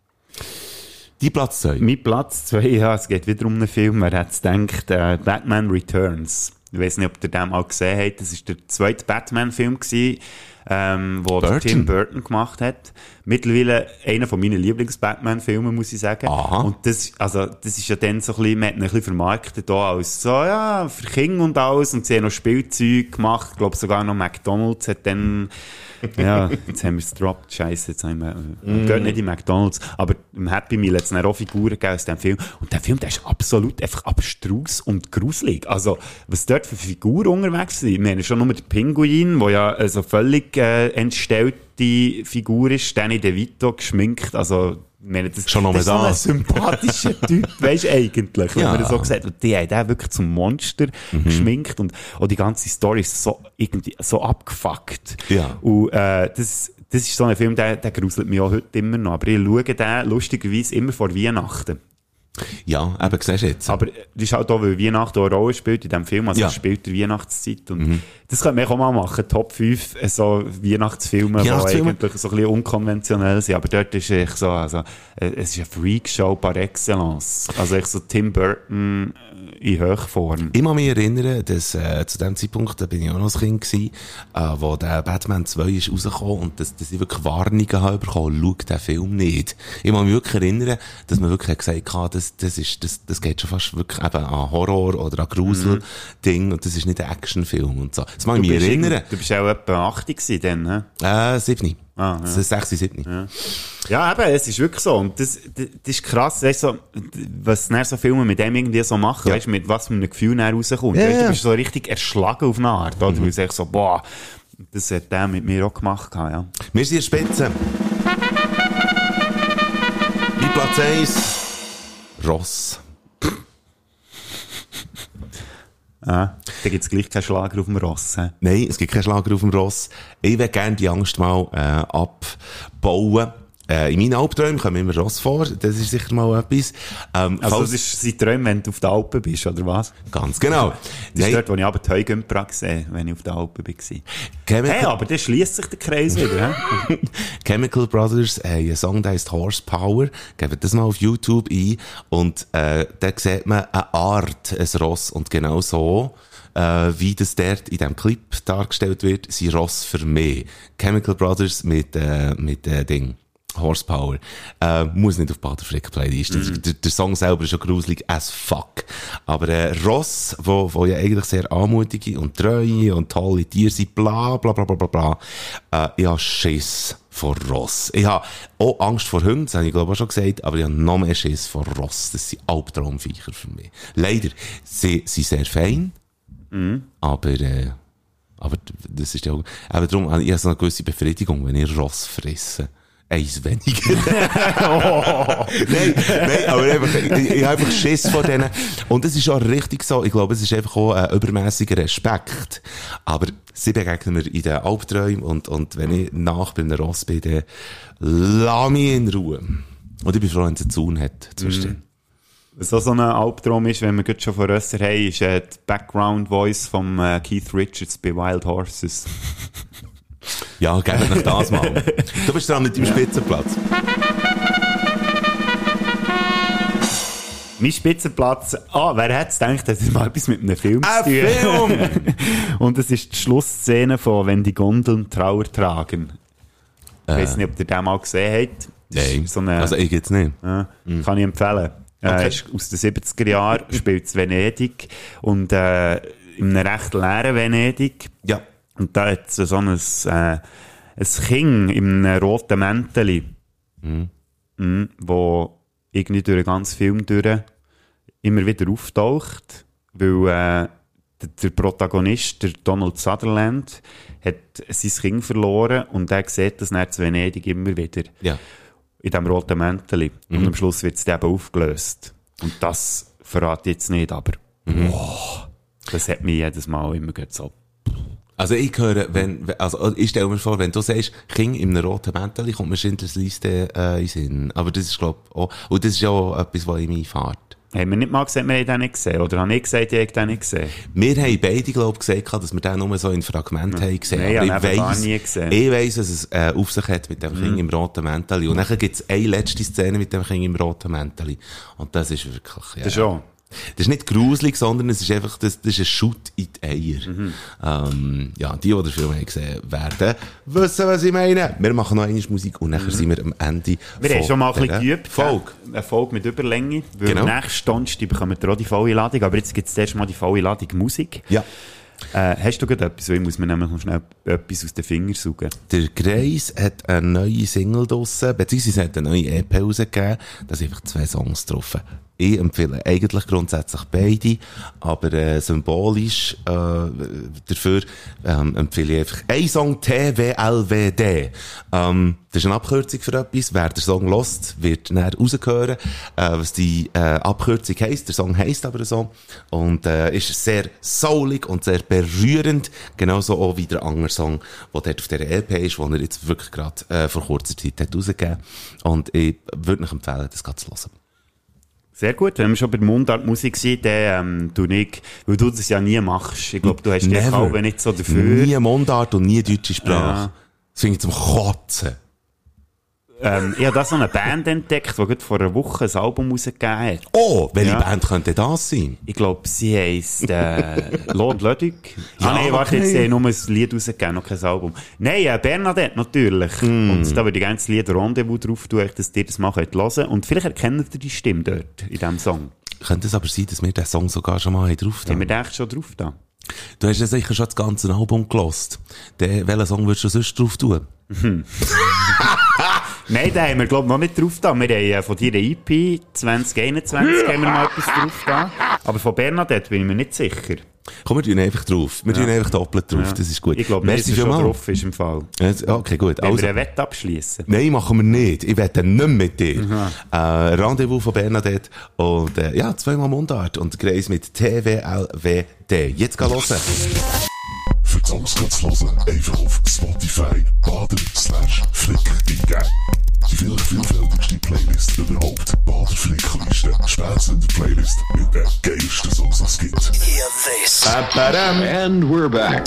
Die Platz 2. Mein Platz 2, ja, es geht wieder um einen Film. Wer hätte es gedacht, Batman Returns. Ich weiss nicht, ob ihr den mal gesehen habt. Das war der zweite Batman-Film gewesen, wo Tim Burton gemacht hat. Mittlerweile einer von meinen Lieblings-Batman-Filmen, muss ich sagen. Aha. Und das ist ja dann so ein bisschen, man hat ihn ein bisschen vermarktet da als so, ja, für Kinder und alles. Und sie haben noch Spielzeug gemacht. Ich glaube sogar noch McDonald's hat dann, ja, jetzt haben wir es gedroppt. Scheisse, jetzt haben wir, geht nicht in McDonald's. Aber im Happy Meal hat es dann auch Figuren gegeben aus dem Film. Und der Film, der ist absolut einfach abstrus und gruselig. Also, was dort für Figuren unterwegs sind. Wir haben schon nur den Pinguin, der ja so völlig entstellte Figur ist. Danny DeVito geschminkt. Also, das schon das ist so ein sympathischer Typ, weisst du, eigentlich, wenn man das so gesagt hat. Die haben den wirklich zum Monster geschminkt und auch die ganze Story ist so irgendwie so abgefuckt. Ja. Und das ist so ein Film, der gruselt mich auch heute immer noch. Aber ich schaue den lustigerweise immer vor Weihnachten. Ja, eben, siehst du jetzt. Aber das ist halt auch, weil Weihnachten auch eine Rolle spielt in diesem Film, also es spielt die Weihnachtszeit. Und das können wir auch mal machen, Top 5 so Weihnachtsfilme, die eigentlich so ein bisschen unkonventionell sind. Aber dort ist echt so, also, es ist eine Freakshow par excellence. Also echt so Tim Burton in Hochform. Ich muss mich erinnern, dass zu dem Zeitpunkt, da bin ich auch noch ein Kind gewesen, wo der Batman 2 ist rausgekommen und dass ich wirklich Warnungen habe bekommen, schau den Film nicht. Ich muss mich wirklich erinnern, dass man wirklich gesagt hat, das geht schon fast wirklich eben an Horror oder an Grusel-Ding und das ist nicht ein Actionfilm und so. Das mag ich mich erinnern. Du bist auch etwa 80 gewesen dann, 7. Ah, ja. Das ist 6, 7. Ja, eben, es ist wirklich so. Und das ist krass, weißt du, was dann so Filme mit dem irgendwie so machen, weißt du, mit was für einem Gefühl dann rauskommt. Ja, weißt, du bist so richtig erschlagen auf eine Art, oder? Du sagst so, boah, Das hat der mit mir auch gemacht, ja. Wir sind in der Spitze. Bei Platz 1 Ross. Da gibt es gleich keinen Schlager auf dem Ross. He? Nein, es gibt keinen Schlager auf dem Ross. Ich will gerne die Angst mal abbauen. In meinen Albträumen kommen immer Ross vor. Das ist sicher mal etwas. Also das ist sein Träume, wenn du auf den Alpen bist, oder was? Ganz genau. Das ist dort, wo ich aber die Heugümper gesehen habe, wenn ich auf den Alpen war. Hey, aber dann schliesst sich der Kreis wieder. Chemical Brothers haben einen Song, der heißt Horsepower. Gebt das mal auf YouTube ein. Und da sieht man eine Art, ein Ross. Und genau so, wie das dort in diesem Clip dargestellt wird, sind Ross für mich. Chemical Brothers mit Ding. Horsepower. Muss nicht auf Baderfrick Playlist. Der Song selber ist schon gruselig as fuck. Aber Ross, wo ja eigentlich sehr anmutige und treue und tolle Tiere sind, bla bla bla bla bla bla. Ich habe Schiss vor Ross. Ich habe auch Angst vor Hunden, das habe ich glaube ich auch schon gesagt, aber ich habe noch mehr Schiss vor Ross. Das sind Albtraumviecher für mich. Leider, sie sind sehr fein, aber das ist ja auch, aber darum, ich habe so eine gewisse Befriedigung, wenn ich Ross fresse. Eins weniger. Nein, aber ich habe einfach Schiss vor denen. Und es ist auch richtig so. Ich glaube, es ist einfach auch ein übermässiger Respekt. Aber sie begegnen mir in den Albträumen und wenn ich nach bei einem Ross bin, dann lass mich in Ruhe. Und ich bin froh, wenn es einen Zaun hat zwischen. Was so ein Albtraum ist, wenn wir gerade schon von Rösser haben, ist die Background Voice von Keith Richards bei Wild Horses. Ja, gerne nach das mal. Du bist dran mit deinem Spitzenplatz. Mein Spitzenplatz, wer hätte es gedacht, das ist mal etwas mit einem Film zu tun. Film! Und es ist die Schlussszene von «Wenn die Gondeln Trauer tragen». Ich weiss nicht, ob ihr den mal gesehen habt. Nein, so eine, also ich jetzt nicht. Kann ich empfehlen. Okay. Ist aus den 70er Jahren, spielt es Venedig und in einem recht leeren Venedig. Ja. Und da hat es so ein Kind in einem roten Mäntel, wo irgendwie durch den ganzen Film durch immer wieder auftaucht, weil der Protagonist, der Donald Sutherland, hat sein Kind verloren und er sieht das dann zu Venedig immer wieder. Ja. In diesem roten Mäntel. Und am Schluss wird es eben aufgelöst. Und das verrate ich jetzt nicht, aber das hat mich jedes Mal immer so. Also ich höre, ich stelle mir vor, wenn du sagst, Kind in einem roten Mäntel, kommt mir Schindlers Liste in den Sinn. Aber das ist, glaube ich, auch, und das ist ja auch etwas, was in mich fährt. Haben wir nicht mal gesagt, wir haben den nicht gesehen? Oder habe ich gesagt, ich habe den nicht gesehen? Wir haben beide, glaube ich, gesagt, dass wir den nur so in Fragmenten haben gesehen. Nein, aber ich habe nie gesehen. Ich weiss, dass es auf sich hat mit dem Kind im roten Mäntel. Und dann gibt es eine letzte Szene mit dem Kind im roten Mäntel. Und das ist wirklich, ja. Das schon. Das ist nicht gruselig, sondern es ist einfach, das ist ein Schutt in die Eier. Ja, die den Film haben gesehen werden, wissen, was ich meine. Wir machen noch einmal Musik und nachher sind wir am Ende. Wir haben schon mal ein bisschen geübt. Folge. Eine Folge mit Überlänge. Weil genau. Nächsten Donnerstag bekommen wir auch die volle Ladung. Aber jetzt gibt es erst mal die volle Ladung Musik. Ja. Hast du gerade etwas? Ich muss mir nämlich noch schnell etwas aus den Fingern saugen. Der Greis hat eine neue Single draussen, beziehungsweise hat eine neue EP rausgegeben. Da sind einfach 2 Songs drauf. Ich empfehle eigentlich grundsätzlich beide, aber symbolisch dafür empfehle ich einfach einen Song, TWLWD. Das ist eine Abkürzung für etwas. Wer den Song hört, wird näher raushören, was die Abkürzung heisst. Der Song heisst aber so und ist sehr soulig und sehr berührend. Genauso auch wie der andere Song, der dort auf dieser EP ist, den er jetzt wirklich gerade vor kurzer Zeit hat rausgegeben. Und ich würde euch empfehlen, das zu hören. Sehr gut, wenn wir schon bei der Mundartmusik sind, dann tu ich, weil du das ja nie machst. Ich glaube, du hast dich auch nicht so dafür. Nie Mundart und nie deutsche Sprache. Ja. Das finde ich zum Kotzen. Ich habe da so eine Band entdeckt, die gerade vor einer Woche ein Album rausgegeben hat. Oh, welche Band könnte das sein? Ich glaube, sie heisst Lord Ludwig. Nein, warte, jetzt haben nur ein Lied rausgegeben, noch kein Album. Nein, Bernadette natürlich. Und da würde ich gerne das Lied Rendezvous drauf tun, dass ihr das mal hören. Und vielleicht erkennt ihr die Stimme dort, in diesem Song. Könnte es aber sein, dass wir den Song sogar schon mal drauf haben? Haben wir den echt schon drauf da? Du hast ja sicher schon das ganze Album gehört. Welchen Song würdest du sonst drauf tun? Nein, den haben wir, glaube ich, noch nicht drauf da. Wir haben von deiner EP 2021 haben wir mal etwas drauf da. Aber von Bernadette bin ich mir nicht sicher. Komm, wir tun einfach drauf. Wir tun einfach doppelt drauf. Ja. Das ist gut. Ich glaube, merci dass es schon mal drauf ist im Fall. Okay, gut. Wenn Also, wir eine Wette abschließen. nein, machen wir nicht. Ich wette nicht mit dir. Rendezvous von Bernadette und 2-mal Mundart und Grace mit TWLWD. Jetzt geh hören. Für die Songs zu hören, einfach auf Spotify Bader/Flick eingeben. Die vielleicht vielfältigste Playlist überhaupt. Bader-Flick-Liste. Spätsender-Playlist mit den geilsten Songs, die es gibt. Hear this. And we're back.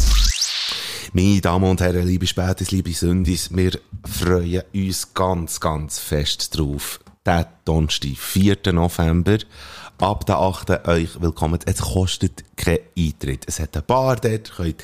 Meine Damen und Herren, liebe Spätis, liebe Sündis, wir freuen uns ganz, ganz fest drauf. Der Donnerstag, 4. November. Ab der 8. euch willkommen. Es kostet keinen Eintritt. Es hat eine Bar dort, könnt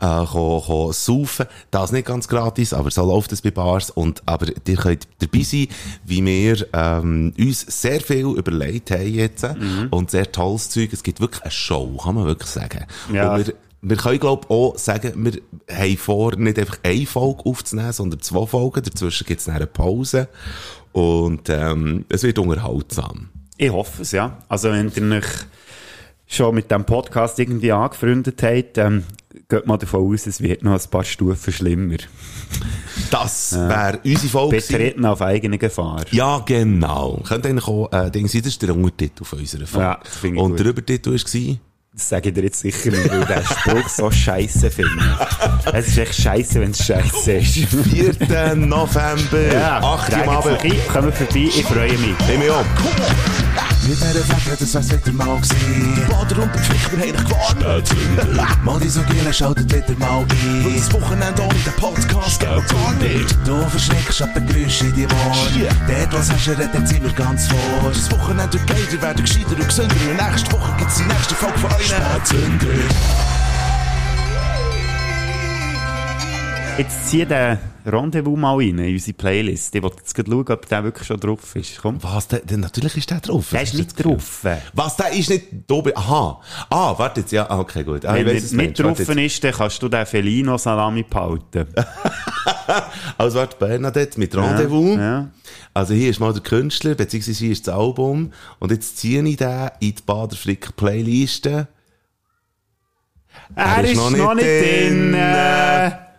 saufen. Das nicht ganz gratis, aber so läuft es bei Bars. Aber ihr könnt dabei sein, wie wir uns sehr viel überlegt haben jetzt. Und sehr tolles Zeug. Es gibt wirklich eine Show, kann man wirklich sagen. Ja. Und wir können, glaube ich, auch sagen, wir haben vor, nicht einfach eine Folge aufzunehmen, sondern 2 Folgen. Dazwischen gibt es eine Pause. Und es wird unterhaltsam. Ich hoffe es, ja. Also, wenn ihr euch schon mit dem Podcast irgendwie angefreundet habt, geht mal davon aus, es wird noch ein paar Stufen schlimmer. Das wäre unsere Folge. Betreten auf eigene Gefahr. Ja, genau. Könnte eigentlich auch, das ist der Untertitel von unserer Folge. Ja, das finde ich und gut. der Übertitel war? Das sage ich dir jetzt sicher nicht, weil ich den Spruch so scheisse finde. Es ist echt scheisse, wenn es scheisse ist. 4. November, 8 Uhr am Abend. Kommen vorbei, ich freue mich. Nehmen wir an. Mit dieser Fläche, das wär's wieder mal gewesen. Die Bader und der Flick, wir haben dich gewarnt. Mal die so Gielen, schaltet wieder mal ein. Weil das Wochenende ohne den Podcast geht gar nicht. Du verschreckst ab den Geräuschen in die Ohren. Dort, was hast du redet, sind wir ganz vor. Das Wochenende wird geiler, werden gescheiter und gesünder. Und nächste Woche gibt's die nächste Folge von euch. Spätsünder. Jetzt zieh den Rendezvous mal rein in unsere Playlist. Ich wollte jetzt gerade schauen, ob der wirklich schon drauf ist. Komm. Was, natürlich ist der drauf. Der ist nicht drauf. Was, der ist nicht da? Aha. Warte jetzt, ja, okay, gut. Wenn ich weiss, er was nicht du drauf meinst. ist, dann kannst du den Felino Salami behalten. Also, warte, Bernadette mit Rendezvous. Ja. Also, hier ist mal der Künstler, beziehungsweise hier ist das Album. Und jetzt ziehe ich den in die Bader-Flick-Playliste. Er ist noch nicht drin.